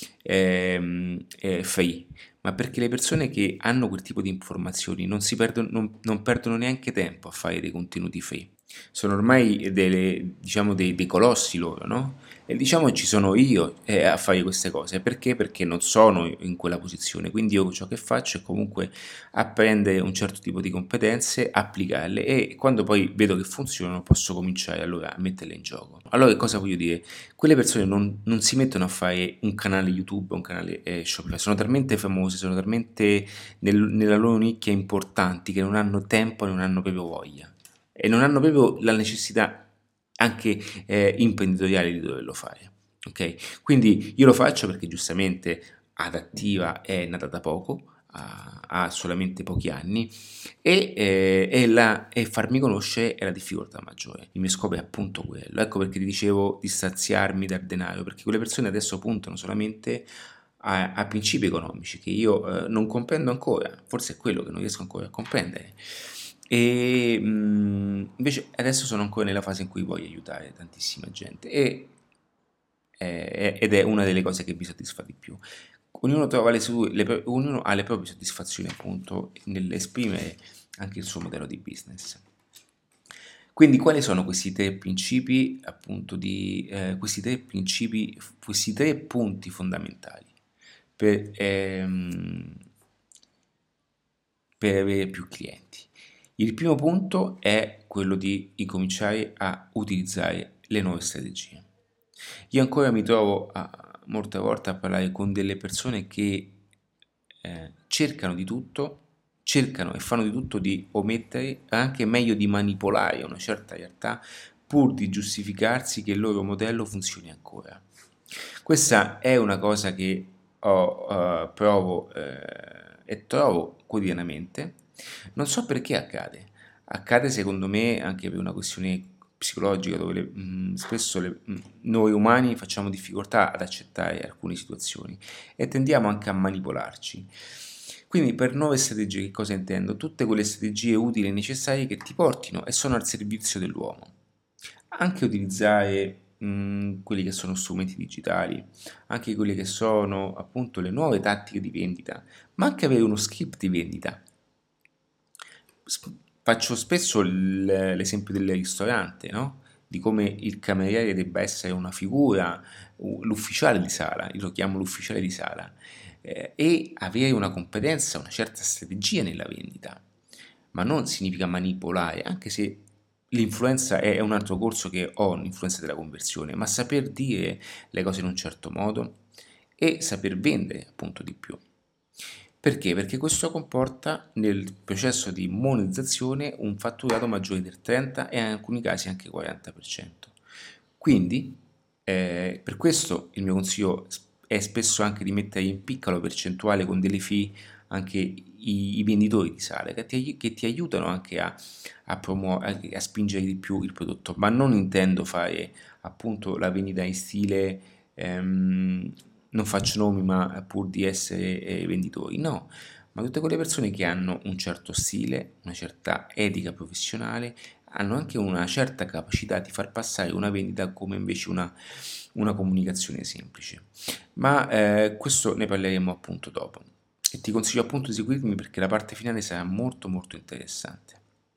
free, ma perché le persone che hanno quel tipo di informazioni non perdono neanche tempo a fare dei contenuti free. Sono ormai diciamo dei colossi loro, no? E diciamo ci sono io a fare queste cose, perché? Perché non sono in quella posizione, quindi io ciò che faccio è comunque apprendere un certo tipo di competenze, applicarle e quando poi vedo che funzionano posso cominciare allora a metterle in gioco. Allora che cosa voglio dire? Quelle persone non si mettono a fare un canale YouTube, un canale Shopify, sono talmente famose, sono talmente nella loro nicchia importanti che non hanno tempo e non hanno proprio voglia e non hanno proprio la necessità anche imprenditoriale di doverlo fare. Ok? Quindi io lo faccio perché giustamente Adattiva è nata da poco, ha solamente pochi anni e farmi conoscere è la difficoltà maggiore. Il mio scopo è appunto quello. Ecco perché ti dicevo di saziarmi dal denaro, perché quelle persone adesso puntano solamente a principi economici che io non comprendo ancora, forse è quello che non riesco ancora a comprendere. E invece adesso sono ancora nella fase in cui voglio aiutare tantissima gente ed è una delle cose che mi soddisfa di più. Ognuno trova ognuno ha le proprie soddisfazioni appunto nell'esprimere anche il suo modello di business. Quindi quali sono questi tre principi appunto questi tre punti fondamentali per, per avere più clienti? Il primo punto è quello di incominciare a utilizzare le nuove strategie. Io ancora mi trovo molte volte a parlare con delle persone che cercano di tutto, cercano e fanno di tutto di omettere, anche meglio di manipolare una certa realtà pur di giustificarsi che il loro modello funzioni ancora. Questa è una cosa che provo e trovo quotidianamente. Non so perché accade. Accade secondo me anche per una questione psicologica dove spesso noi umani facciamo difficoltà ad accettare alcune situazioni e tendiamo anche a manipolarci. Quindi per nuove strategie che cosa intendo? Tutte quelle strategie utili e necessarie che ti portino e sono al servizio dell'uomo. Anche utilizzare quelli che sono strumenti digitali, anche quelle che sono appunto le nuove tattiche di vendita, ma anche avere uno script di vendita. Faccio spesso l'esempio del ristorante, no? Di come il cameriere debba essere una figura, l'ufficiale di sala, io lo chiamo l'ufficiale di sala, e avere una competenza, una certa strategia nella vendita, ma non significa manipolare, anche se l'influenza è un altro corso che ho, l'influenza della conversione, ma saper dire le cose in un certo modo e saper vendere appunto di più. Perché? Perché questo comporta nel processo di monetizzazione un fatturato maggiore del 30 e in alcuni casi anche 40%. Quindi, per questo il mio consiglio è spesso anche di mettere in piccola percentuale con delle fee anche i venditori di sale che ti aiutano anche a spingere di più il prodotto, ma non intendo fare appunto la vendita in stile non faccio nomi ma pur di essere venditori, no, ma tutte quelle persone che hanno un certo stile, una certa etica professionale, hanno anche una certa capacità di far passare una vendita come invece una comunicazione semplice. Ma questo ne parleremo appunto dopo. E ti consiglio appunto di seguirmi perché la parte finale sarà molto molto interessante.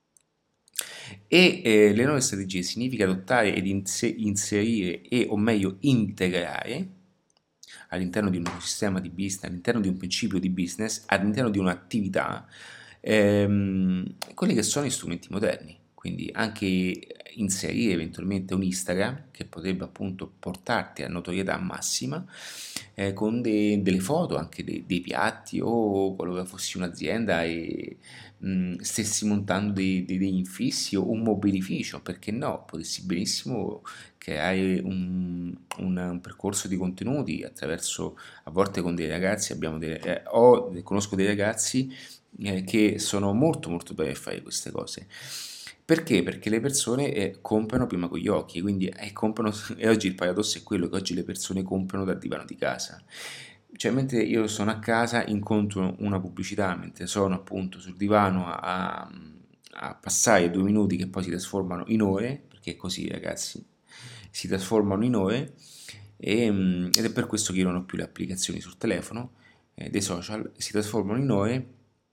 E le nuove strategie significa adottare ed inserire o meglio integrare all'interno di un ecosistema di business, all'interno di un principio di business, all'interno di un'attività, quelli che sono gli strumenti moderni. Quindi anche inserire eventualmente un Instagram che potrebbe appunto portarti a notorietà massima con delle foto anche dei piatti o qualora fossi un'azienda e stessi montando degli infissi o un mobilificio, perché no, potessi benissimo creare un percorso di contenuti attraverso, a volte con dei ragazzi, conosco dei ragazzi che sono molto molto bravi a fare queste cose. Perché? Perché le persone comprano prima con gli occhi, quindi comprano, e oggi il paradosso è quello che oggi le persone comprano dal divano di casa. Cioè, mentre io sono a casa, incontro una pubblicità, mentre sono appunto sul divano a passare 2 minuti che poi si trasformano in ore, perché è così ragazzi, si trasformano in ore, ed è per questo che io non ho più le applicazioni sul telefono, dei social, si trasformano in ore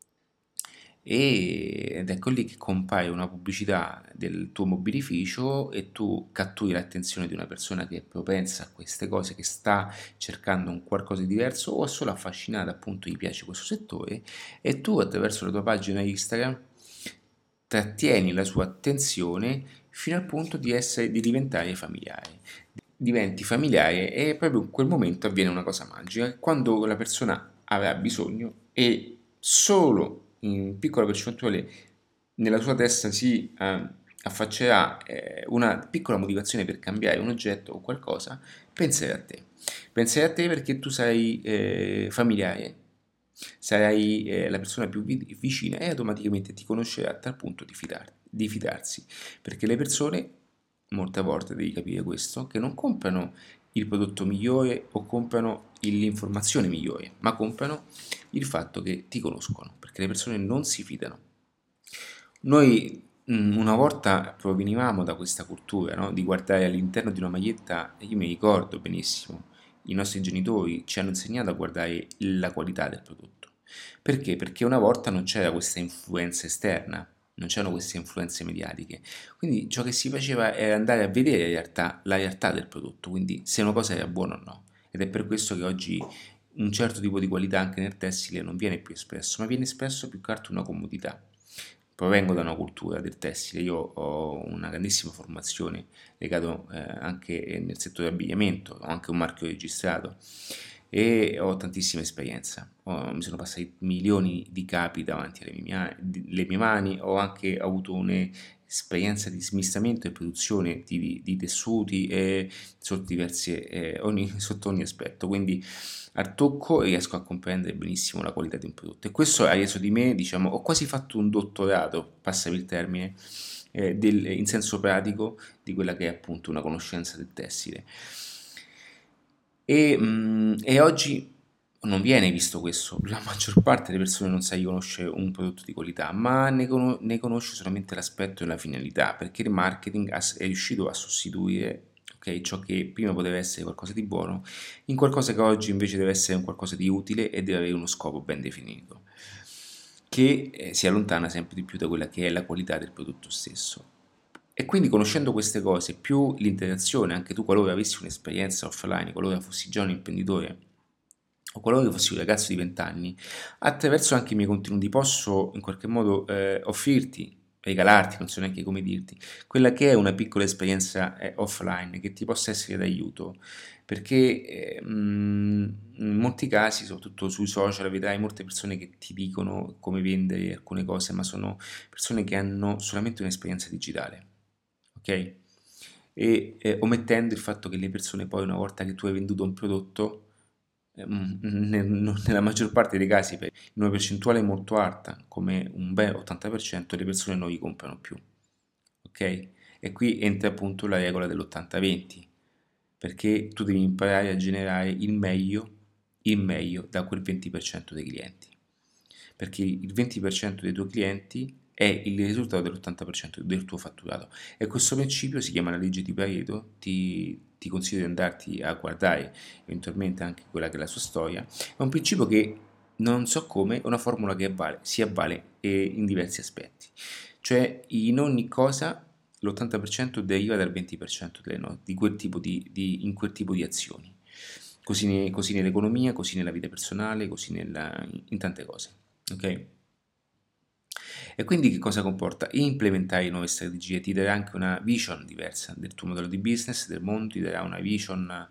ed ecco lì che compare una pubblicità del tuo mobilificio e tu catturi l'attenzione di una persona che è propensa a queste cose, che sta cercando un qualcosa di diverso o è solo affascinata, appunto gli piace questo settore e tu attraverso la tua pagina Instagram trattieni la sua attenzione fino al punto di diventare familiare. Diventi familiare e proprio in quel momento avviene una cosa magica, quando la persona avrà bisogno e solo in piccola percentuale nella sua testa si affaccerà una piccola motivazione per cambiare un oggetto o qualcosa, penserà a te. Penserà a te perché tu sarai familiare, sarai la persona più vicina e automaticamente ti conoscerà a tal punto di fidarsi, perché le persone, molte volte devi capire questo, che non comprano il prodotto migliore o comprano l'informazione migliore, ma comprano il fatto che ti conoscono, perché le persone non si fidano. Noi una volta provenivamo da questa cultura, no? Di guardare all'interno di una maglietta, e io mi ricordo benissimo, i nostri genitori ci hanno insegnato a guardare la qualità del prodotto. Perché? Perché una volta non c'era questa influenza esterna, non c'erano queste influenze mediatiche. Quindi ciò che si faceva era andare a vedere la realtà del prodotto, quindi se una cosa era buona o no. Ed è per questo che oggi un certo tipo di qualità anche nel tessile non viene più espresso, ma viene espresso più che altro una comodità. provengo da una cultura del tessile, io ho una grandissima formazione legata anche nel settore dell'abbigliamento, ho anche un marchio registrato e ho tantissima esperienza. Mi sono passati milioni di capi davanti le mie mani, ho anche avuto un'esperienza di smistamento e produzione di tessuti sotto sotto ogni aspetto, quindi al tocco riesco a comprendere benissimo la qualità di un prodotto e questo ha reso di me, diciamo, ho quasi fatto un dottorato, passami il termine, in senso pratico di quella che è appunto una conoscenza del tessile. E oggi non viene visto questo, la maggior parte delle persone non sa riconoscere un prodotto di qualità, ma ne conosce solamente l'aspetto e la finalità, perché il marketing è riuscito a sostituire, ok, ciò che prima poteva essere qualcosa di buono in qualcosa che oggi invece deve essere un qualcosa di utile e deve avere uno scopo ben definito, che si allontana sempre di più da quella che è la qualità del prodotto stesso. E quindi conoscendo queste cose, più l'interazione, anche tu qualora avessi un'esperienza offline, qualora fossi già un imprenditore o qualora fossi un ragazzo di 20 anni, attraverso anche i miei contenuti posso in qualche modo offrirti, regalarti, non so neanche come dirti, quella che è una piccola esperienza offline che ti possa essere d'aiuto, perché in molti casi, soprattutto sui social, vedrai molte persone che ti dicono come vendere alcune cose, ma sono persone che hanno solamente un'esperienza digitale, ok? E omettendo il fatto che le persone poi una volta che tu hai venduto un prodotto, nella maggior parte dei casi, in una percentuale molto alta, come un bel 80%, le persone non li comprano più, ok? E qui entra appunto la regola dell'80-20, perché tu devi imparare a generare il meglio da quel 20% dei clienti, perché il 20% dei tuoi clienti è il risultato dell'80% del tuo fatturato e questo principio si chiama la legge di Pareto, ti consiglio di andarti a guardare eventualmente anche quella che è la sua storia, è un principio che non so come, è una formula che si avvale in diversi aspetti, cioè in ogni cosa l'80% deriva dal 20% di quel tipo in quel tipo di azioni. Così nell'economia, così nella vita personale, in tante cose. Ok? E quindi che cosa comporta? Implementare nuove strategie ti darà anche una vision diversa del tuo modello di business, del mondo, ti darà una vision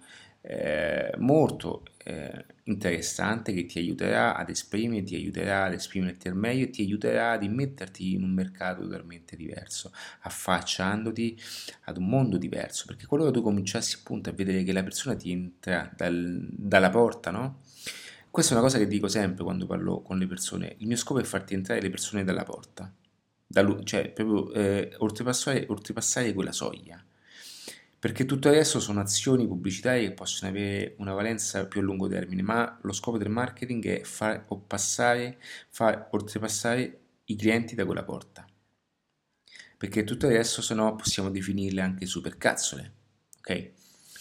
molto interessante che ti aiuterà ad esprimerti, ti aiuterà ad esprimerti al meglio e ti aiuterà ad immetterti in un mercato totalmente diverso, affacciandoti ad un mondo diverso, perché qualora tu cominciassi appunto a vedere che la persona ti entra dalla porta, no? Questa è una cosa che dico sempre quando parlo con le persone. Il mio scopo è farti entrare le persone dalla porta, cioè proprio oltrepassare quella soglia. Perché tutto il resto sono azioni pubblicitarie che possono avere una valenza più a lungo termine, ma lo scopo del marketing è far oltrepassare i clienti da quella porta. Perché tutto il resto, se no, possiamo definirle anche supercazzole, ok?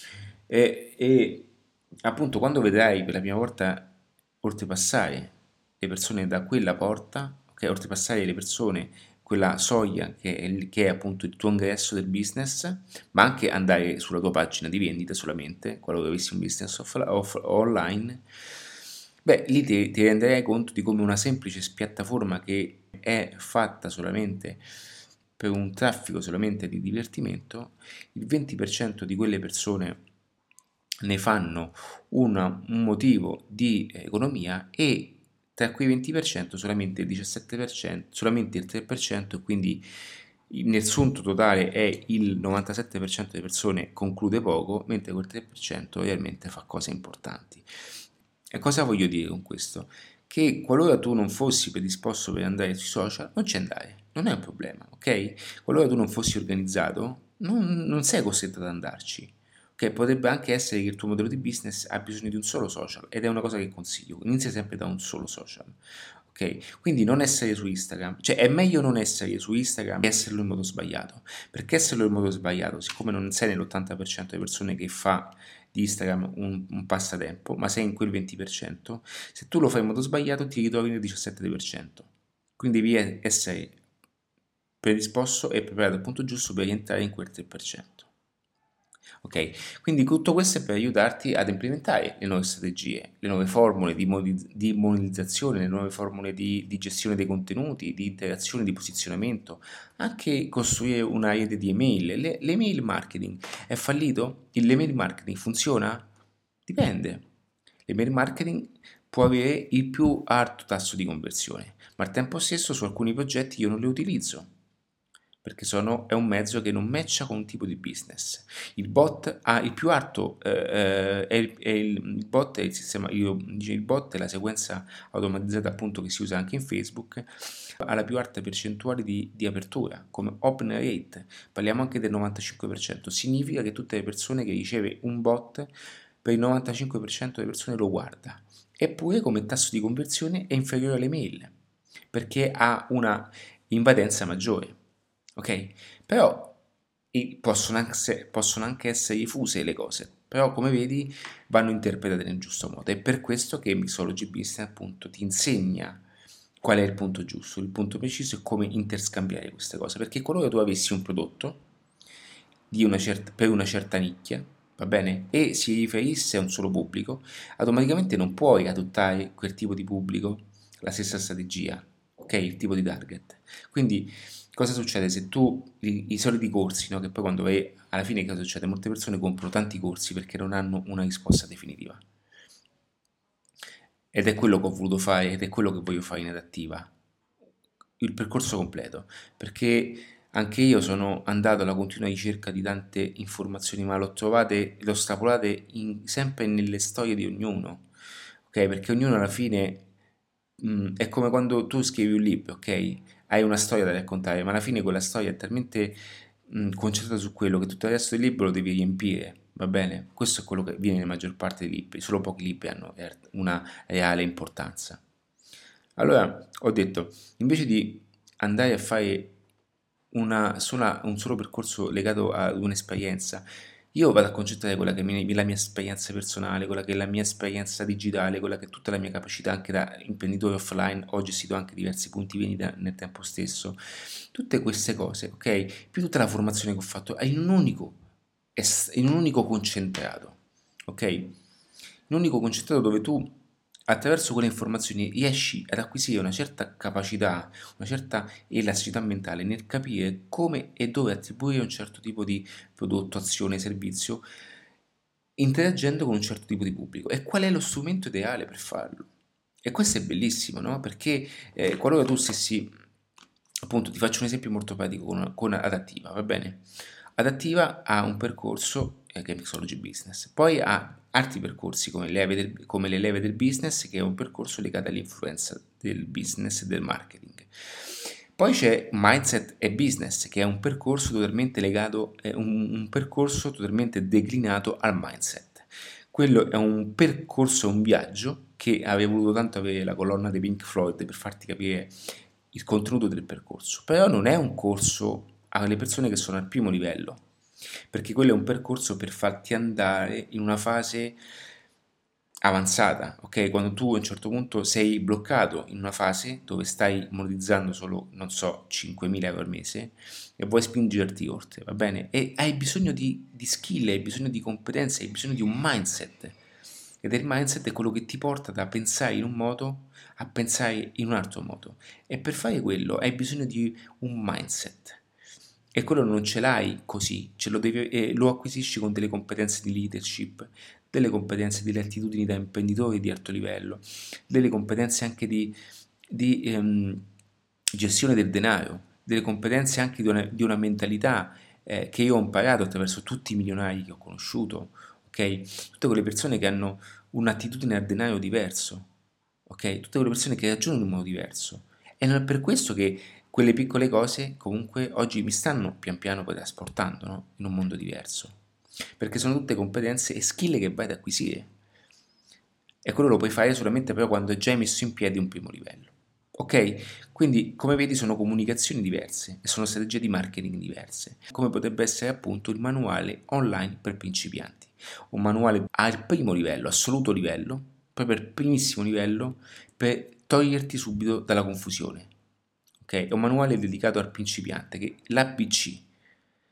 E appunto quando vedrai per la prima volta oltrepassare le persone da quella porta, ok, oltrepassare le persone quella soglia che è appunto il tuo ingresso del business, ma anche andare sulla tua pagina di vendita solamente, qualora avessi un business online, beh, lì ti renderai conto di come una semplice piattaforma che è fatta solamente per un traffico solamente di divertimento, il 20% di quelle persone ne fanno un motivo di economia e tra quei 20% solamente il 17%, solamente il 3%, quindi nel sunto totale è il 97% delle persone conclude poco, mentre quel 3% realmente fa cose importanti. E cosa voglio dire con questo? Che qualora tu non fossi predisposto per andare sui social, non ci andare, non è un problema, ok? Qualora tu non fossi organizzato, non sei costretto ad andarci. Ok, potrebbe anche essere che il tuo modello di business ha bisogno di un solo social ed è una cosa che consiglio, inizia sempre da un solo social. Ok, quindi non essere su Instagram, cioè è meglio non essere su Instagram che esserlo in modo sbagliato, perché esserlo in modo sbagliato, siccome non sei nell'80% delle persone che fa di Instagram un passatempo, ma sei in quel 20%, se tu lo fai in modo sbagliato ti ritrovi nel 17%. Quindi devi essere predisposto e preparato al punto giusto per rientrare in quel 3%. Ok? Quindi tutto questo è per aiutarti ad implementare le nuove strategie, le nuove formule di monetizzazione, le nuove formule di gestione dei contenuti, di interazione, di posizionamento, anche costruire una rete di email. L'email marketing è fallito? L'email marketing funziona? Dipende. L'email marketing può avere il più alto tasso di conversione, ma al tempo stesso su alcuni progetti io non le utilizzo perché è un mezzo che non matcha con un tipo di business. Il bot ha il più alto, il bot è il sistema, il bot è la sequenza automatizzata appunto che si usa anche in Facebook, ha la più alta percentuale di apertura, come open rate, parliamo anche del 95%, significa che tutte le persone che riceve un bot, per il 95% delle persone lo guarda, eppure come tasso di conversione è inferiore alle mail, perché ha una invadenza maggiore. Ok? Però possono anche essere diffuse le cose, però come vedi vanno interpretate nel giusto modo. È per questo che Mixology Business appunto ti insegna qual è il punto giusto, il punto preciso e come interscambiare queste cose, perché qualora tu avessi un prodotto per una certa nicchia, va bene, e si riferisse a un solo pubblico, automaticamente non puoi adottare quel tipo di pubblico, la stessa strategia, ok? Il tipo di target. Quindi cosa succede se tu i soliti corsi, no? Che poi quando vai alla fine cosa succede? Molte persone comprano tanti corsi perché non hanno una risposta definitiva. Ed è quello che ho voluto fare ed è quello che voglio fare in adattiva. Il percorso completo, perché anche io sono andato alla continua ricerca di tante informazioni, ma le ho strapolate sempre nelle storie di ognuno, ok? Perché ognuno alla fine è come quando tu scrivi un libro, ok? Hai una storia da raccontare, ma alla fine quella storia è talmente concentrata su quello che tutto il resto del libro lo devi riempire, va bene? Questo è quello che viene nella maggior parte dei libri, solo pochi libri hanno una reale importanza. Allora ho detto, invece di andare a fare un solo percorso legato ad un'esperienza, io vado a concentrare quella che è la mia esperienza personale, quella che è la mia esperienza digitale, quella che è tutta la mia capacità anche da imprenditore offline, ho gestito anche diversi punti vendita nel tempo stesso. Tutte queste cose, ok? Più tutta la formazione che ho fatto è in un unico concentrato, ok? In un unico concentrato dove tu attraverso quelle informazioni riesci ad acquisire una certa capacità, una certa elasticità mentale nel capire come e dove attribuire un certo tipo di prodotto, azione, servizio, interagendo con un certo tipo di pubblico. E qual è lo strumento ideale per farlo? E questo è bellissimo, no? Perché qualora tu stessi, appunto, ti faccio un esempio molto pratico con Adattiva, va bene? Adattiva ha un percorso che è Mixology Business, poi ha altri percorsi come le leve del business, che è un percorso legato all'influenza del business e del marketing. Poi c'è Mindset e Business, che è un percorso totalmente legato, è un percorso totalmente declinato al mindset. Quello è un percorso, un viaggio che avrei voluto tanto avere la colonna dei Pink Floyd per farti capire il contenuto del percorso, però non è un corso alle persone che sono al primo livello, perché quello è un percorso per farti andare in una fase avanzata, ok? Quando tu a un certo punto sei bloccato in una fase dove stai monetizzando solo, non so, 5.000 euro al mese e vuoi spingerti oltre, va bene? E hai bisogno di skill, hai bisogno di competenze, hai bisogno di un mindset. Ed il mindset è quello che ti porta da pensare in un modo a pensare in un altro modo. E per fare quello hai bisogno di un mindset. E quello non ce l'hai così, lo acquisisci con delle competenze di leadership, delle competenze, delle attitudini da imprenditore di alto livello, delle competenze anche di gestione del denaro, delle competenze anche di una mentalità che io ho imparato attraverso tutti i milionari che ho conosciuto, ok? Tutte quelle persone che hanno un'attitudine al denaro diverso, ok? Tutte quelle persone che ragionano in modo diverso. E non è per questo che quelle piccole cose comunque oggi mi stanno pian piano poi trasportando, no? In un mondo diverso. Perché sono tutte competenze e skill che vai ad acquisire. E quello lo puoi fare solamente però quando hai già messo in piedi un primo livello. Ok? Quindi, come vedi, sono comunicazioni diverse e sono strategie di marketing diverse, come potrebbe essere appunto il manuale online per principianti, un manuale al primo livello, assoluto livello, proprio al primissimo livello, per toglierti subito dalla confusione. Ok? È un manuale dedicato al principiante, che l'ABC,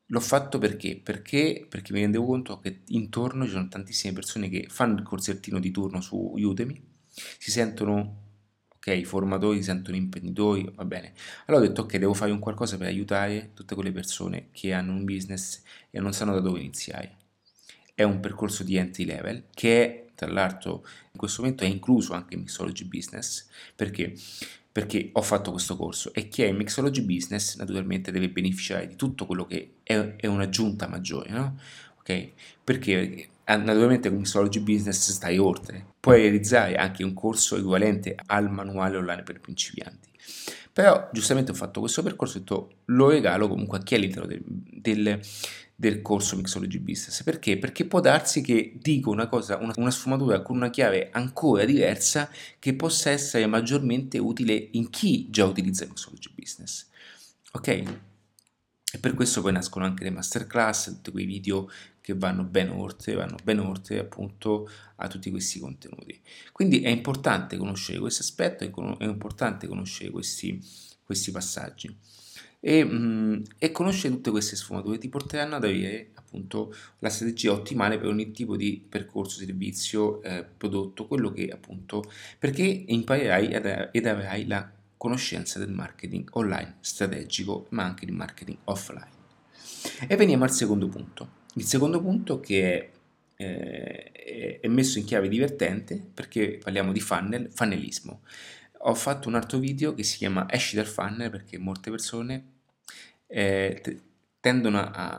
L'ho fatto perché mi rendevo conto che intorno ci sono tantissime persone che fanno il corsettino di turno su Udemy, si sentono, ok, formatori, si sentono imprenditori, va bene. Allora ho detto, ok, devo fare un qualcosa per aiutare tutte quelle persone che hanno un business e non sanno da dove iniziare. È un percorso di entry level che è, tra l'altro, in questo momento è incluso anche in Mixology Business. Perché? Perché ho fatto questo corso e chi è in Mixology Business naturalmente deve beneficiare di tutto quello che è un'aggiunta maggiore, no? Ok? Perché naturalmente con Mixology Business stai oltre, puoi realizzare anche un corso equivalente al manuale online per principianti. Però giustamente ho fatto questo percorso e ho detto lo regalo comunque a chi è all'interno del corso Mixology Business. Perché? Perché può darsi che dico una cosa, una sfumatura con una chiave ancora diversa che possa essere maggiormente utile in chi già utilizza Mixology Business. Ok? E per questo poi nascono anche le masterclass, tutti quei video che vanno ben oltre appunto a tutti questi contenuti. Quindi è importante conoscere questo aspetto, è importante conoscere questi passaggi e conoscere tutte queste sfumature ti porteranno ad avere appunto la strategia ottimale per ogni tipo di percorso, servizio, prodotto, quello che appunto, perché imparerai ed avrai la conoscenza del marketing online strategico, ma anche di marketing offline. E veniamo al secondo punto. Il secondo punto che è messo in chiave divertente perché parliamo di funnelismo. Ho fatto un altro video che si chiama Esci dal funnel perché molte persone tendono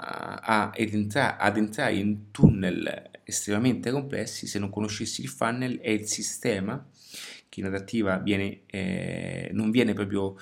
ad entrare in tunnel estremamente complessi se non conoscessi il funnel e il sistema che in adattiva non viene proprio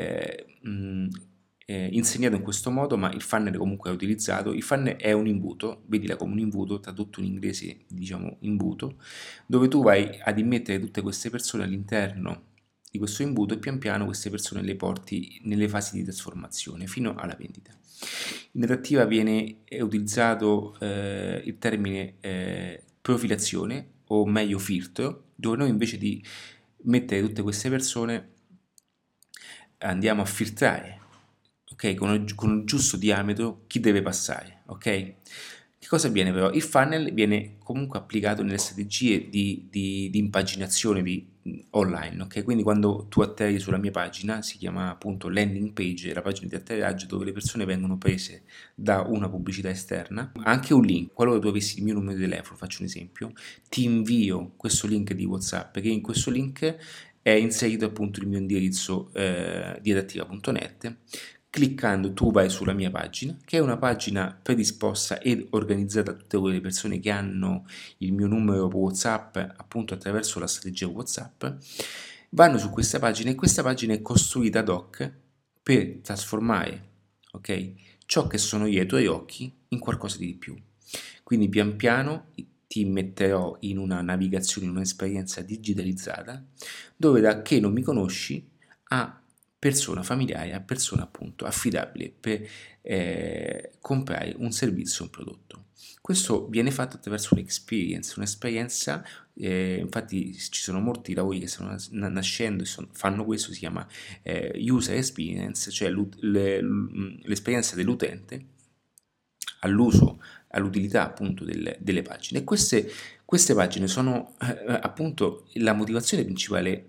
insegnato in questo modo, ma il funnel comunque è utilizzato. Il funnel è un imbuto, vedila come un imbuto, tradotto in inglese diciamo imbuto, dove tu vai ad immettere tutte queste persone all'interno di questo imbuto e pian piano queste persone le porti nelle fasi di trasformazione fino alla vendita. In adattiva viene utilizzato il termine profilazione o meglio filtro, dove noi invece di mettere tutte queste persone andiamo a filtrare, ok, con un giusto diametro chi deve passare, ok? Che cosa avviene però? Il funnel viene comunque applicato nelle strategie di impaginazione online, ok? Quindi quando tu atterri sulla mia pagina, si chiama appunto landing page, la pagina di atterraggio dove le persone vengono prese da una pubblicità esterna, anche un link, qualora tu avessi il mio numero di telefono, faccio un esempio, ti invio questo link di WhatsApp, perché in questo link è inserito appunto il mio indirizzo di adattiva.net. Cliccando tu vai sulla mia pagina, che è una pagina predisposta ed organizzata da tutte quelle persone che hanno il mio numero WhatsApp appunto attraverso la strategia WhatsApp, vanno su questa pagina e questa pagina è costruita ad hoc per trasformare, ok, ciò che sono io ai tuoi occhi in qualcosa di più. Quindi pian piano ti metterò in una navigazione, in un'esperienza digitalizzata dove da che non mi conosci a persona familiare, a persona appunto affidabile per comprare un servizio o un prodotto. Questo viene fatto attraverso un'esperienza, infatti ci sono molti lavori che stanno nascendo e fanno questo, si chiama user experience, cioè l'esperienza dell'utente all'uso, all'utilità appunto delle pagine. E queste pagine sono appunto la motivazione principale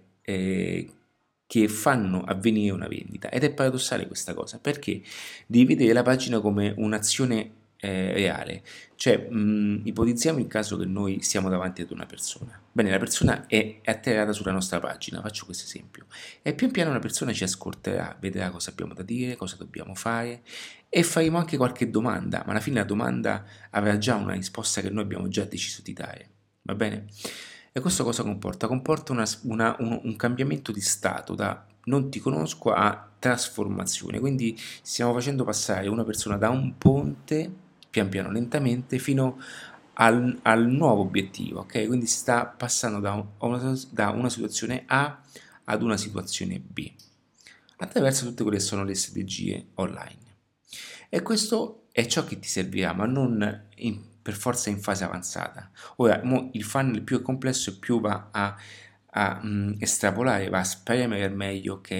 che fanno avvenire una vendita. Ed è paradossale questa cosa, perché devi vedere la pagina come un'azione reale. Cioè, ipotizziamo il caso che noi stiamo davanti ad una persona. Bene, la persona è atterrata sulla nostra pagina, faccio questo esempio, e pian piano una persona ci ascolterà, vedrà cosa abbiamo da dire, cosa dobbiamo fare e faremo anche qualche domanda, ma alla fine la domanda avrà già una risposta che noi abbiamo già deciso di dare, va bene? E questo cosa comporta? Comporta un cambiamento di stato da non ti conosco a trasformazione, quindi stiamo facendo passare una persona da un ponte, pian piano, lentamente, fino al nuovo obiettivo, ok? Quindi sta passando da una situazione A ad una situazione B, attraverso tutte quelle che sono le strategie online. E questo è ciò che ti servirà, ma non per forza in fase avanzata. Ora, il funnel più è complesso e più va a estrapolare, va a spremere al meglio, ok,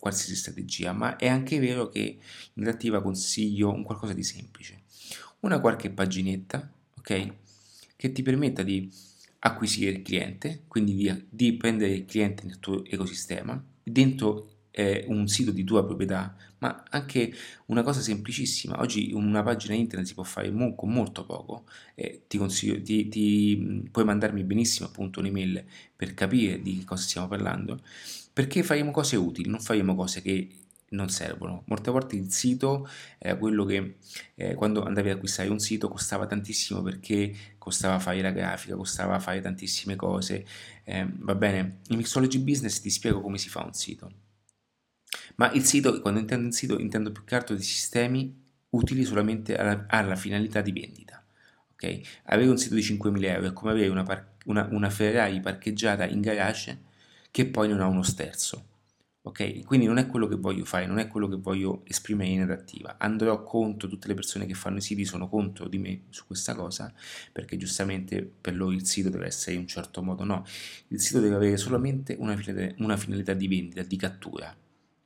qualsiasi strategia, ma è anche vero che in attiva consiglio un qualcosa di semplice, una qualche paginetta, ok? Che ti permetta di acquisire il cliente, quindi di prendere il cliente nel tuo ecosistema, dentro un sito di tua proprietà, ma anche una cosa semplicissima. Oggi una pagina internet si può fare con molto poco. Ti consiglio, puoi mandarmi benissimo appunto un'email per capire di che cosa stiamo parlando, perché faremo cose utili, non faremo cose che non servono. Molte volte il sito era quello che quando andavi ad acquistare un sito costava tantissimo, perché costava fare la grafica, costava fare tantissime cose. Va bene, in Mixology Business ti spiego come si fa un sito. Ma il sito, quando intendo il sito, intendo più che altro dei sistemi utili solamente alla finalità di vendita. Ok? Avere un sito di 5.000 euro è come avere una Ferrari parcheggiata in garage che poi non ha uno sterzo. Ok? Quindi non è quello che voglio fare, non è quello che voglio esprimere in adattiva. Andrò contro, tutte le persone che fanno i siti sono contro di me su questa cosa, perché giustamente per loro il sito deve essere in un certo modo. No, il sito deve avere solamente una finalità di vendita, di cattura,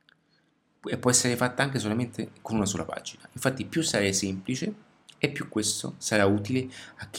e può essere fatta anche solamente con una sola pagina. Infatti più sarà semplice e più questo sarà utile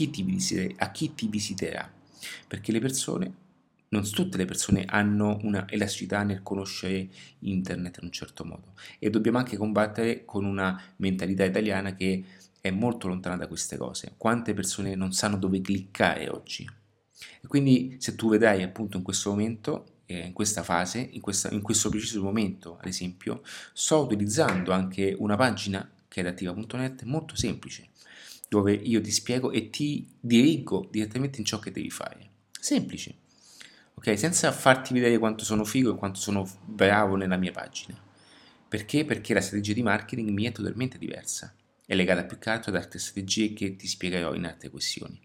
a chi ti visiterà, perché le persone, non tutte le persone hanno una elasticità nel conoscere internet in un certo modo, e dobbiamo anche combattere con una mentalità italiana che è molto lontana da queste cose. Quante persone non sanno dove cliccare oggi? E quindi se tu vedrai appunto in questo momento, in questa fase, in questo preciso momento, ad esempio, sto utilizzando anche una pagina che è attiva.net molto semplice, dove io ti spiego e ti dirigo direttamente in ciò che devi fare. Semplice, ok? Senza farti vedere quanto sono figo e quanto sono bravo nella mia pagina. Perché? Perché la strategia di marketing mia è totalmente diversa, è legata più che altro ad altre strategie che ti spiegherò in altre questioni.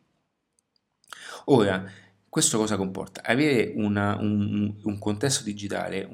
Ora, questo cosa comporta? Avere un contesto digitale,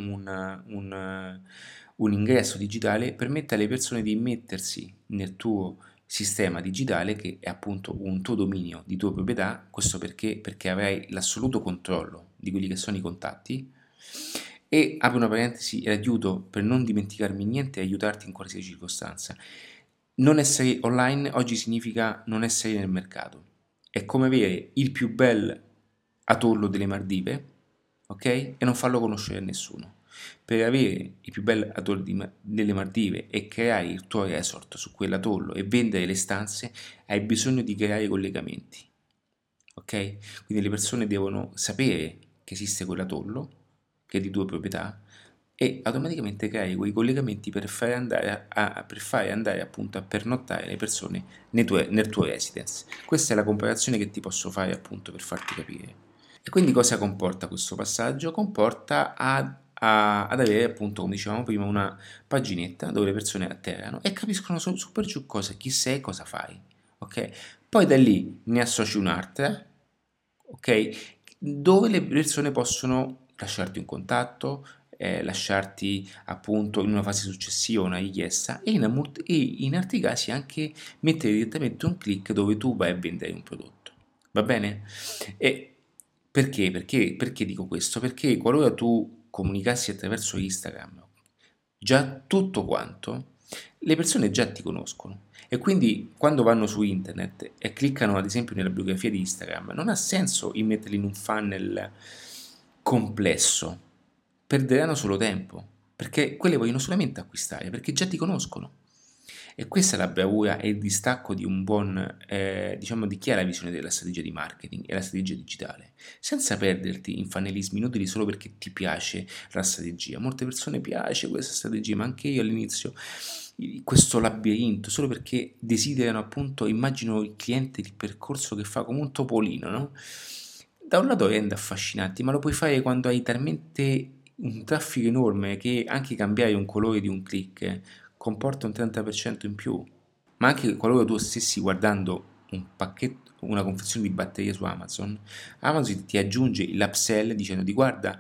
un ingresso digitale, permette alle persone di mettersi nel tuo sistema digitale, che è appunto un tuo dominio di tua proprietà. Questo perché? Perché avrai l'assoluto controllo di quelli che sono i contatti. E apro una parentesi e aiuto per non dimenticarmi niente e aiutarti in qualsiasi circostanza. Non essere online oggi significa non essere nel mercato. È come avere il più bel atollo delle Maldive, ok? E non farlo conoscere a nessuno. Per avere il più bel atollo delle Maldive e creare il tuo resort su quell'atollo e vendere le stanze, hai bisogno di creare collegamenti, ok? Quindi le persone devono sapere che esiste quell'atollo, che è di tua proprietà, e automaticamente creare quei collegamenti per fare andare appunto a pernottare le persone nel tuo residence. Questa è la comparazione che ti posso fare appunto per farti capire. E quindi cosa comporta questo passaggio? Comporta ad avere appunto, come dicevamo prima, una paginetta dove le persone atterrano e capiscono su per giù chi sei e cosa fai. Ok? Poi da lì ne associ un'altra, ok? Dove le persone possono lasciarti un contatto, lasciarti appunto in una fase successiva una richiesta, e in altri casi anche mettere direttamente un click dove tu vai a vendere un prodotto. Va bene? E perché? Perché dico questo? Perché qualora tu comunicassi attraverso Instagram già tutto quanto, le persone già ti conoscono, e quindi quando vanno su internet e cliccano ad esempio nella biografia di Instagram, non ha senso immetterli in un funnel complesso, perderanno solo tempo, perché quelle vogliono solamente acquistare, perché già ti conoscono. E questa è la bravura e il distacco di un buon, diciamo, di chi ha la visione della strategia di marketing e la strategia digitale, senza perderti in fannelismi inutili solo perché ti piace la strategia. Molte persone piace questa strategia, ma anche io all'inizio, questo labirinto, solo perché desiderano appunto, immagino il cliente, il percorso che fa come un topolino, no? Da un lato rende affascinanti, ma lo puoi fare quando hai talmente un traffico enorme che anche cambiare un colore di un click comporta un 30% in più. Ma anche qualora tu stessi guardando un pacchetto, una confezione di batterie su Amazon, Amazon ti aggiunge l'upsell dicendoti guarda,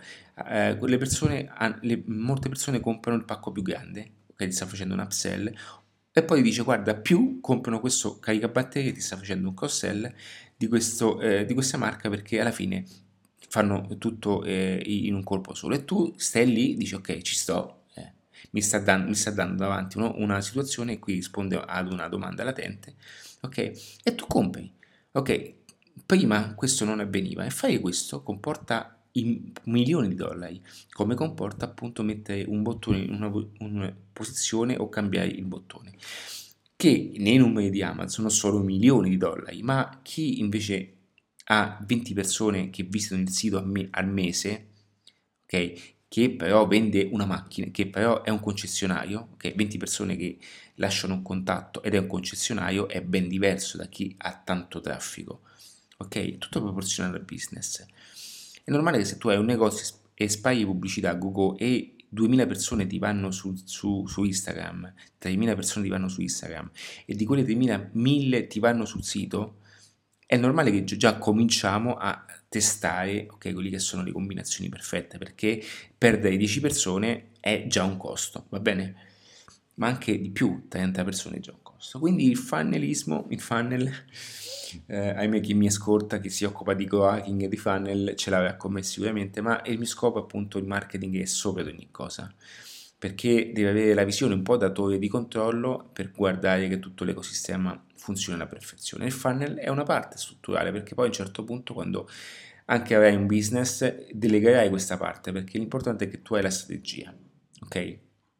molte persone comprano il pacco più grande, ok, ti sta facendo un upsell, e poi dice guarda, più comprano questo caricabatterie, ti sta facendo un cross-sell di questa marca, perché alla fine fanno tutto in un colpo solo e tu stai lì, dici ok, ci sto, mi sta dando davanti una situazione e qui risponde ad una domanda latente, ok? E tu compri, ok? Prima questo non avveniva e fare questo comporta milioni di dollari, come comporta appunto mettere un bottone in una posizione o cambiare il bottone, che nei numeri di Amazon sono solo milioni di dollari, ma chi invece ha 20 persone che visitano il sito al mese, ok? Che però vende una macchina, che però è un concessionario, ok? 20 persone che lasciano un contatto ed è un concessionario è ben diverso da chi ha tanto traffico, ok? Tutto proporzionale al business. È normale che se tu hai un negozio e spari pubblicità a Google e 2000 persone ti vanno su Instagram, 3000 persone ti vanno su Instagram e di quelle 3000, 1000 ti vanno sul sito, è normale che già cominciamo a testare, ok, quelli che sono le combinazioni perfette, perché perdere 10 persone è già un costo, va bene? Ma anche di più, 30 persone è già un costo. Quindi il funnelismo, il funnel, ahimè chi mi ascolta, che si occupa di growth hacking e di funnel, ce l'avrà con me sicuramente, ma il mio scopo appunto il marketing è sopra ogni cosa, perché deve avere la visione un po' da torre di controllo per guardare che tutto l'ecosistema funzioni alla perfezione. Il funnel è una parte strutturale perché poi a un certo punto quando anche avrai un business delegherai questa parte perché l'importante è che tu hai la strategia, ok?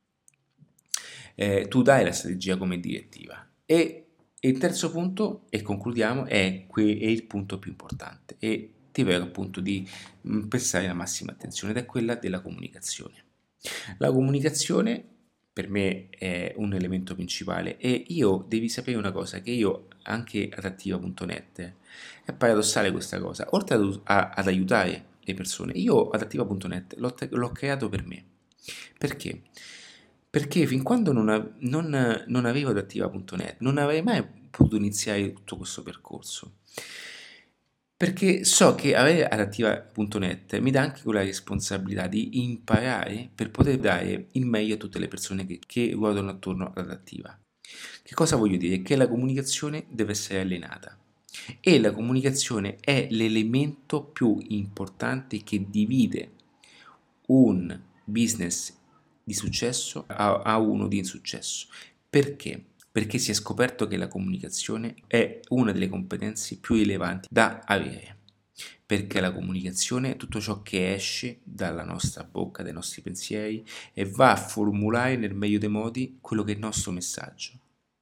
Tu dai la strategia come direttiva e il terzo punto, e concludiamo, è il punto più importante e ti prego appunto di prestare la massima attenzione ed è quella della comunicazione. La comunicazione per me è un elemento principale e io devi sapere una cosa, che io anche ad attiva.net, è paradossale questa cosa, oltre ad aiutare le persone, io ad attiva.net l'ho creato per me. Perché? Perché fin quando non avevo ad attiva.net non avrei mai potuto iniziare tutto questo percorso. Perché so che avere adattiva.net mi dà anche quella responsabilità di imparare per poter dare il meglio a tutte le persone che ruotano attorno ad Adattiva. Che cosa voglio dire? Che la comunicazione deve essere allenata e la comunicazione è l'elemento più importante che divide un business di successo a uno di insuccesso. Perché? Perché si è scoperto che la comunicazione è una delle competenze più rilevanti da avere. Perché la comunicazione è tutto ciò che esce dalla nostra bocca, dai nostri pensieri e va a formulare nel meglio dei modi quello che è il nostro messaggio.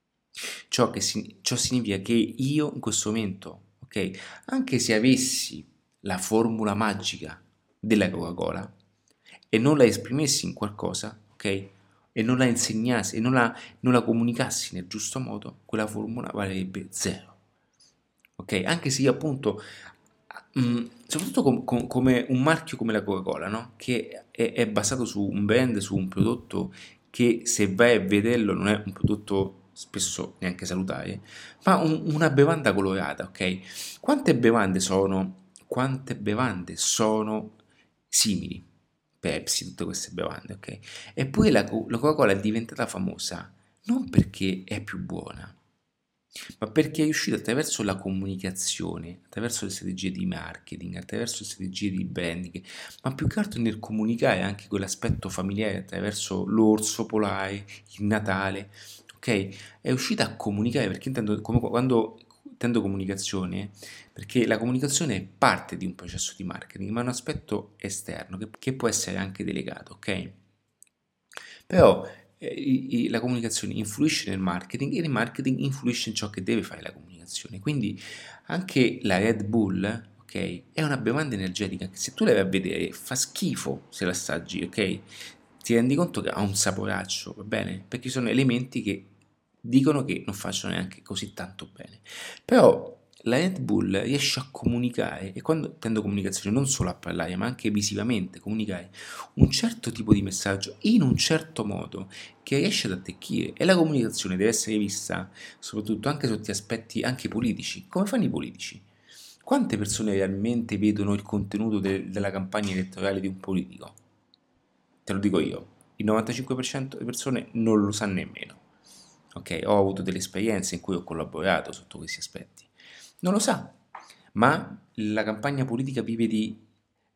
Ciò significa che io in questo momento, ok, anche se avessi la formula magica della Coca-Cola e non la esprimessi in qualcosa, ok, e non la insegnassi e non la comunicassi nel giusto modo, quella formula valerebbe zero. Ok, anche se io appunto, soprattutto come un marchio come la Coca-Cola, no? Che è basato su un brand, su un prodotto che se vai a vederlo non è un prodotto spesso neanche salutare, ma una bevanda colorata, ok? Quante bevande sono simili? Pepsi, tutte queste bevande, ok? Eppure la Coca-Cola è diventata famosa non perché è più buona, ma perché è riuscito attraverso la comunicazione, attraverso le strategie di marketing, attraverso le strategie di branding, ma più che altro nel comunicare anche quell'aspetto familiare attraverso l'orso polare, il Natale, ok? È riuscita a comunicare perché quando intendo comunicazione, perché la comunicazione è parte di un processo di marketing, ma è un aspetto esterno che può essere anche delegato, ok? Però la comunicazione influisce nel marketing e il marketing influisce in ciò che deve fare la comunicazione. Quindi anche la Red Bull, ok, è una bevanda energetica che se tu la vai a vedere fa schifo se la assaggi, ok? Ti rendi conto che ha un saporaccio, va bene? Perché sono elementi che dicono che non facciano neanche così tanto bene. Però la Red Bull riesce a comunicare, e quando intendo comunicazione non solo a parlare, ma anche visivamente, comunicare un certo tipo di messaggio in un certo modo che riesce ad attecchire e la comunicazione deve essere vista soprattutto anche sotto aspetti anche politici. Come fanno i politici? Quante persone realmente vedono il contenuto della campagna elettorale di un politico? Te lo dico io, il 95% delle persone non lo sa nemmeno. Ok, ho avuto delle esperienze in cui ho collaborato sotto questi aspetti. Non lo sa, ma la campagna politica vive di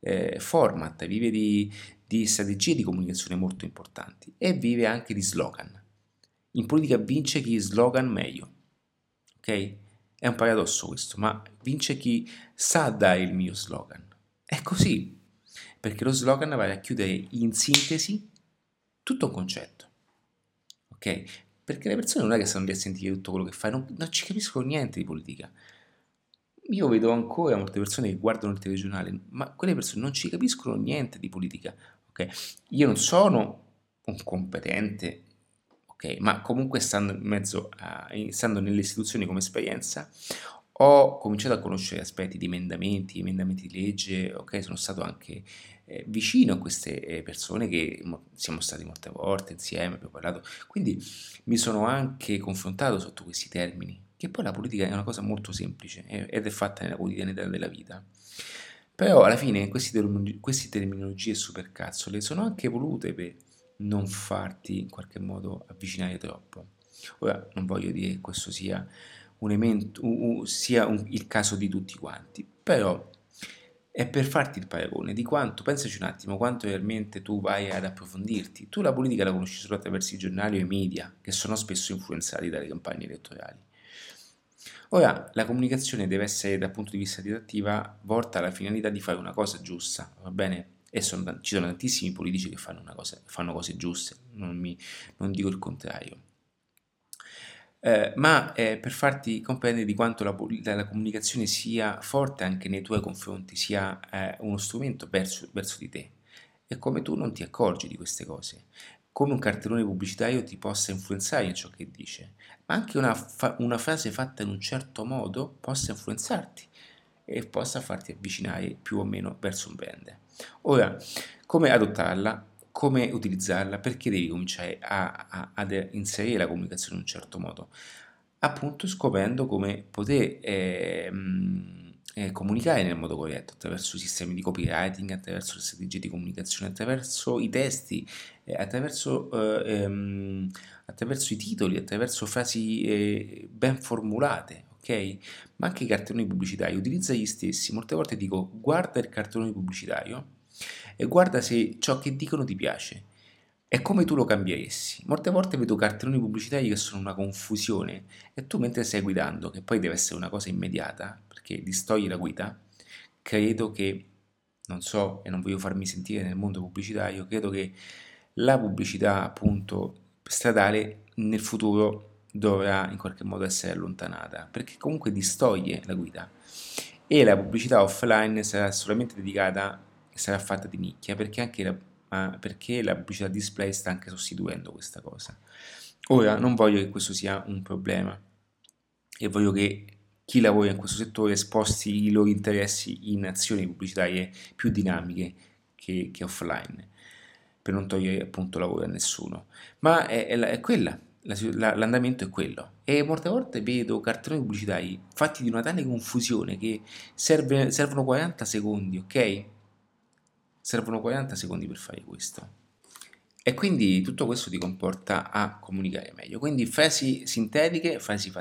format, vive di strategie di comunicazione molto importanti e vive anche di slogan. In politica vince chi slogan meglio, ok? È un paradosso questo, ma vince chi sa dare il mio slogan. È così, perché lo slogan va a chiudere in sintesi tutto un concetto, ok? Perché le persone non è che stanno lì a sentire tutto quello che fai, non ci capiscono niente di politica. Io vedo ancora molte persone che guardano il telegiornale, ma quelle persone non ci capiscono niente di politica, ok? Io non sono un competente, ok? Ma comunque stando nelle istituzioni come esperienza, ho cominciato a conoscere aspetti di emendamenti di legge, ok? Sono stato anche vicino a queste persone che siamo stati molte volte insieme, abbiamo parlato, quindi mi sono anche confrontato sotto questi termini, che poi la politica è una cosa molto semplice ed è fatta nella quotidianità della vita. Però alla fine queste terminologie supercazzole sono anche volute per non farti in qualche modo avvicinare troppo. Ora non voglio dire che questo sia il caso di tutti quanti, però è per farti il paragone di quanto, pensaci un attimo, quanto realmente tu vai ad approfondirti. Tu la politica la conosci solo attraverso i giornali o i media, che sono spesso influenzati dalle campagne elettorali. Ora, la comunicazione deve essere, dal punto di vista didattiva, volta alla finalità di fare una cosa giusta, va bene? E ci sono tantissimi politici che fanno cose giuste, non dico il contrario. Ma per farti comprendere di quanto la comunicazione sia forte anche nei tuoi confronti, sia uno strumento verso di te, e come tu non ti accorgi di queste cose, come un cartellone pubblicitario ti possa influenzare in ciò che dice, ma anche una frase fatta in un certo modo possa influenzarti e possa farti avvicinare più o meno verso un brand. Ora, come adottarla? Come utilizzarla? Perché devi cominciare ad inserire la comunicazione in un certo modo? Appunto scoprendo come poter comunicare nel modo corretto, attraverso sistemi di copywriting, attraverso le strategie di comunicazione, attraverso i testi, attraverso i titoli, attraverso frasi ben formulate, ok? Ma anche i cartelloni pubblicitari, utilizza gli stessi. Molte volte dico guarda il cartellone pubblicitario e guarda se ciò che dicono ti piace. È come tu lo cambieresti. Molte volte vedo cartelloni pubblicitari che sono una confusione e tu mentre stai guidando, che poi deve essere una cosa immediata, perché distogli la guida, credo che, non so e non voglio farmi sentire nel mondo pubblicitario, credo che la pubblicità appunto stradale nel futuro dovrà in qualche modo essere allontanata, perché comunque distoglie la guida e la pubblicità offline sarà solamente dedicata, sarà fatta di nicchia, perché la pubblicità display sta anche sostituendo questa cosa. Ora, non voglio che questo sia un problema e voglio che chi lavora in questo settore sposti i loro interessi in azioni pubblicitarie più dinamiche che offline, per non togliere appunto lavoro a nessuno. Ma è quella, l'andamento è quello. E molte volte vedo cartelloni pubblicitari fatti di una tale confusione che servono 40 secondi, ok? Servono 40 secondi per fare questo. E quindi tutto questo ti comporta a comunicare meglio. Quindi frasi sintetiche,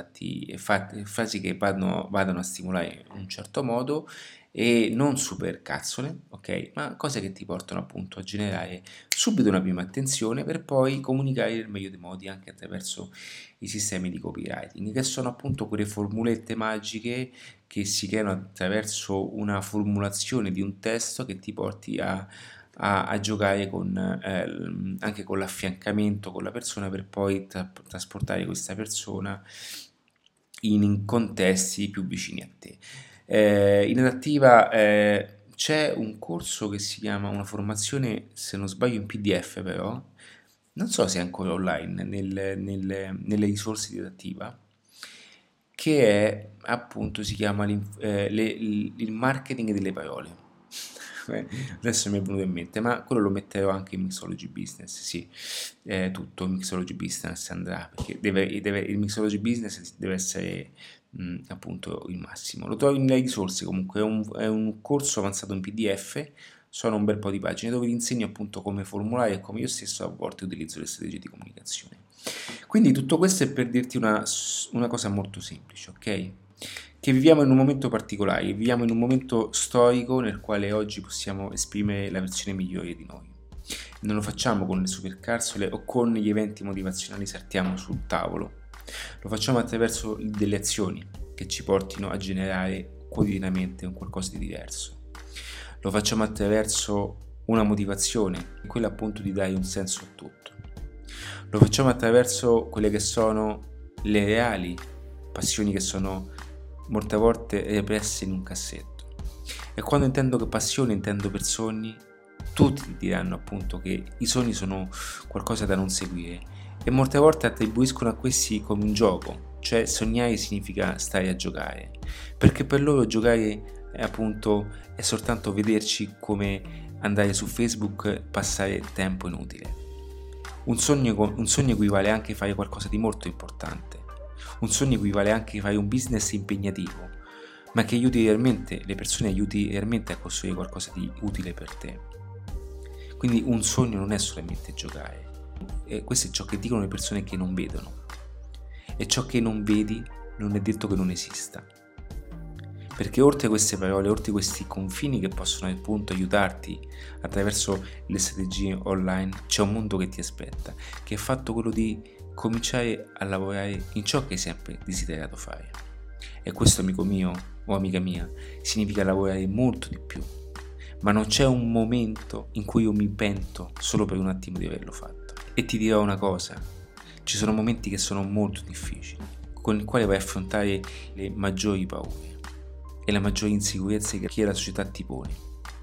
frasi che vadano a stimolare in un certo modo e non super cazzole, ok? Ma cose che ti portano appunto a generare subito una prima attenzione per poi comunicare nel meglio dei modi anche attraverso i sistemi di copywriting, che sono appunto quelle formulette magiche che si creano attraverso una formulazione di un testo che ti porti a giocare anche con l'affiancamento con la persona per poi trasportare questa persona in contesti più vicini a te. In adattiva c'è un corso che si chiama una formazione, se non sbaglio in PDF però, non so se è ancora online nelle risorse di adattiva, che è appunto si chiama il marketing delle parole. Adesso mi è venuto in mente, ma quello lo metterò anche in Mixology Business, sì, tutto in Mixology Business andrà, perché il Mixology Business deve essere appunto il massimo. Lo trovo nelle risorse comunque, è un corso avanzato in PDF, sono un bel po' di pagine dove ti insegno appunto come formulare e come io stesso a volte utilizzo le strategie di comunicazione. Quindi tutto questo è per dirti una cosa molto semplice, ok? che viviamo in un momento particolare, che viviamo in un momento storico nel quale oggi possiamo esprimere la versione migliore di noi. Non lo facciamo con le supercarsole o con gli eventi motivazionali saltiamo sul tavolo, lo facciamo attraverso delle azioni che ci portino a generare quotidianamente un qualcosa di diverso. Lo facciamo attraverso una motivazione, quella appunto di dare un senso a tutto. Lo facciamo attraverso quelle che sono le reali passioni che sono molte volte represse in un cassetto. E quando intendo che passione intendo per sogni, tutti ti diranno appunto che i sogni sono qualcosa da non seguire e molte volte attribuiscono a questi come un gioco, cioè sognare significa stare a giocare, perché per loro giocare è soltanto vederci come andare su Facebook, passare tempo inutile. Un sogno equivale anche a fare qualcosa di molto importante. Un sogno equivale anche a fare un business impegnativo, ma che aiuti realmente le persone, aiuti realmente a costruire qualcosa di utile per te. Quindi un sogno non è solamente giocare, e questo è ciò che dicono le persone che non vedono. E ciò che non vedi non è detto che non esista. Perché oltre queste parole, oltre questi confini che possono appunto aiutarti attraverso le strategie online, c'è un mondo che ti aspetta, che è fatto quello di cominciare a lavorare in ciò che hai sempre desiderato fare. E questo, amico mio o amica mia, significa lavorare molto di più. Ma non c'è un momento in cui io mi pento solo per un attimo di averlo fatto. E ti dirò una cosa, ci sono momenti che sono molto difficili, con i quali vai a affrontare le maggiori paure e le maggiori insicurezze che la società ti pone.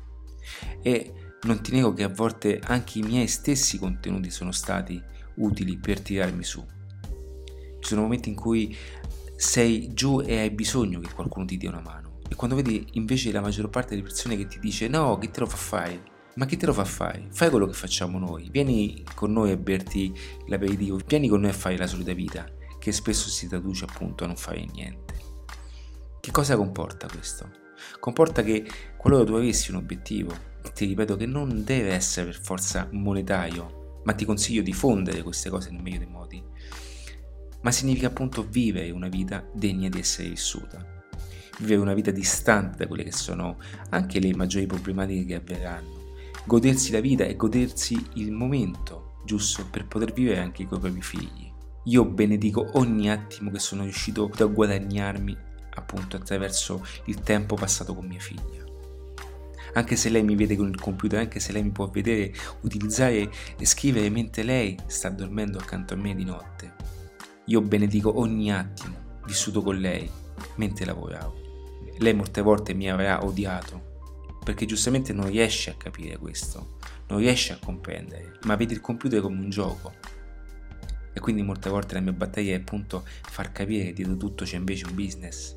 E non ti nego che a volte anche i miei stessi contenuti sono stati utili per tirarmi su. Ci sono momenti in cui sei giù e hai bisogno che qualcuno ti dia una mano, e quando vedi invece la maggior parte delle persone che ti dice no, che te lo fa fare? Ma chi te lo fa fare? Fai quello che facciamo noi, vieni con noi a berti l'aperitivo, vieni con noi a fare la solita vita, che spesso si traduce appunto a non fare niente. Che cosa comporta questo? Comporta che qualora tu avessi un obiettivo, ti ripeto che non deve essere per forza monetario, ma ti consiglio di fondere queste cose nel meglio dei modi, ma significa appunto vivere una vita degna di essere vissuta, vivere una vita distante da quelle che sono anche le maggiori problematiche che avverranno, godersi la vita e godersi il momento giusto per poter vivere anche con i propri figli. Io benedico ogni attimo che sono riuscito a guadagnarmi appunto attraverso il tempo passato con mia figlia. Anche se lei mi vede con il computer, anche se lei mi può vedere utilizzare e scrivere mentre lei sta dormendo accanto a me di notte, io benedico ogni attimo vissuto con lei mentre lavoravo. Lei molte volte mi avrà odiato perché giustamente non riesce a capire questo, non riesce a comprendere, ma vede il computer come un gioco. E quindi molte volte la mia battaglia è appunto far capire che dietro tutto c'è invece un business,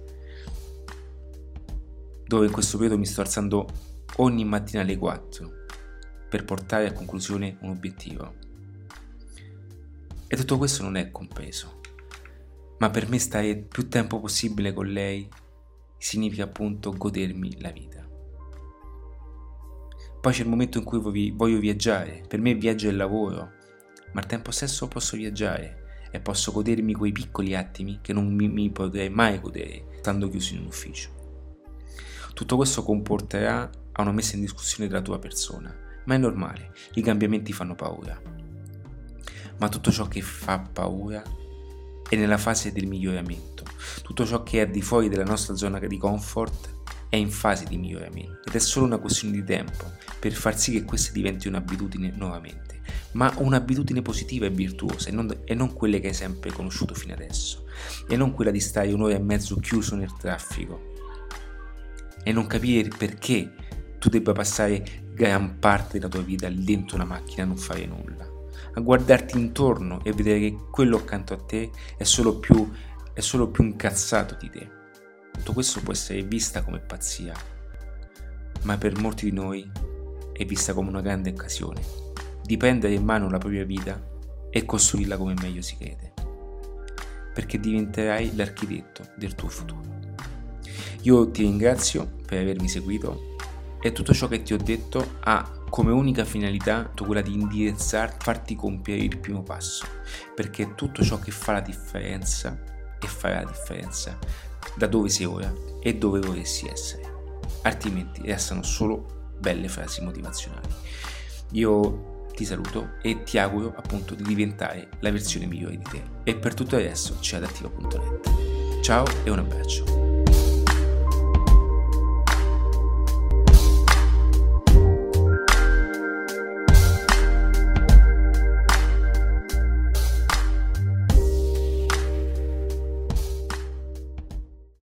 dove in questo periodo mi sto alzando ogni mattina alle 4 per portare a conclusione un obiettivo. E tutto questo non è compreso, ma per me stare più tempo possibile con lei significa appunto godermi la vita. Poi c'è il momento in cui voglio viaggiare, per me viaggio è il lavoro, ma al tempo stesso posso viaggiare e posso godermi quei piccoli attimi che non mi potrei mai godere stando chiuso in un ufficio. Tutto questo comporterà a una messa in discussione della tua persona, ma è normale, i cambiamenti fanno paura. Ma tutto ciò che fa paura è nella fase del miglioramento, tutto ciò che è al di fuori della nostra zona di comfort è in fase di miglioramento ed è solo una questione di tempo per far sì che questa diventi un'abitudine nuovamente, ma un'abitudine positiva e virtuosa e non quelle che hai sempre conosciuto fino adesso, e non quella di stare un'ora e mezzo chiuso nel traffico e non capire perché tu debba passare gran parte della tua vita dentro una macchina a non fare nulla, a guardarti intorno e vedere che quello accanto a te è solo più incazzato di te. Tutto questo può essere vista come pazzia, ma per molti di noi è vista come una grande occasione di prendere in mano la propria vita e costruirla come meglio si crede, perché diventerai l'architetto del tuo futuro. Io ti ringrazio per avermi seguito e tutto ciò che ti ho detto ha come unica finalità quella di indirizzarti, farti compiere il primo passo, perché tutto ciò che fa la differenza e farà la differenza da dove sei ora e dove vorresti essere, altrimenti restano solo belle frasi motivazionali. Io ti saluto e ti auguro appunto di diventare la versione migliore di te, e per tutto il resto c'è adattiva.net. Ciao e un abbraccio.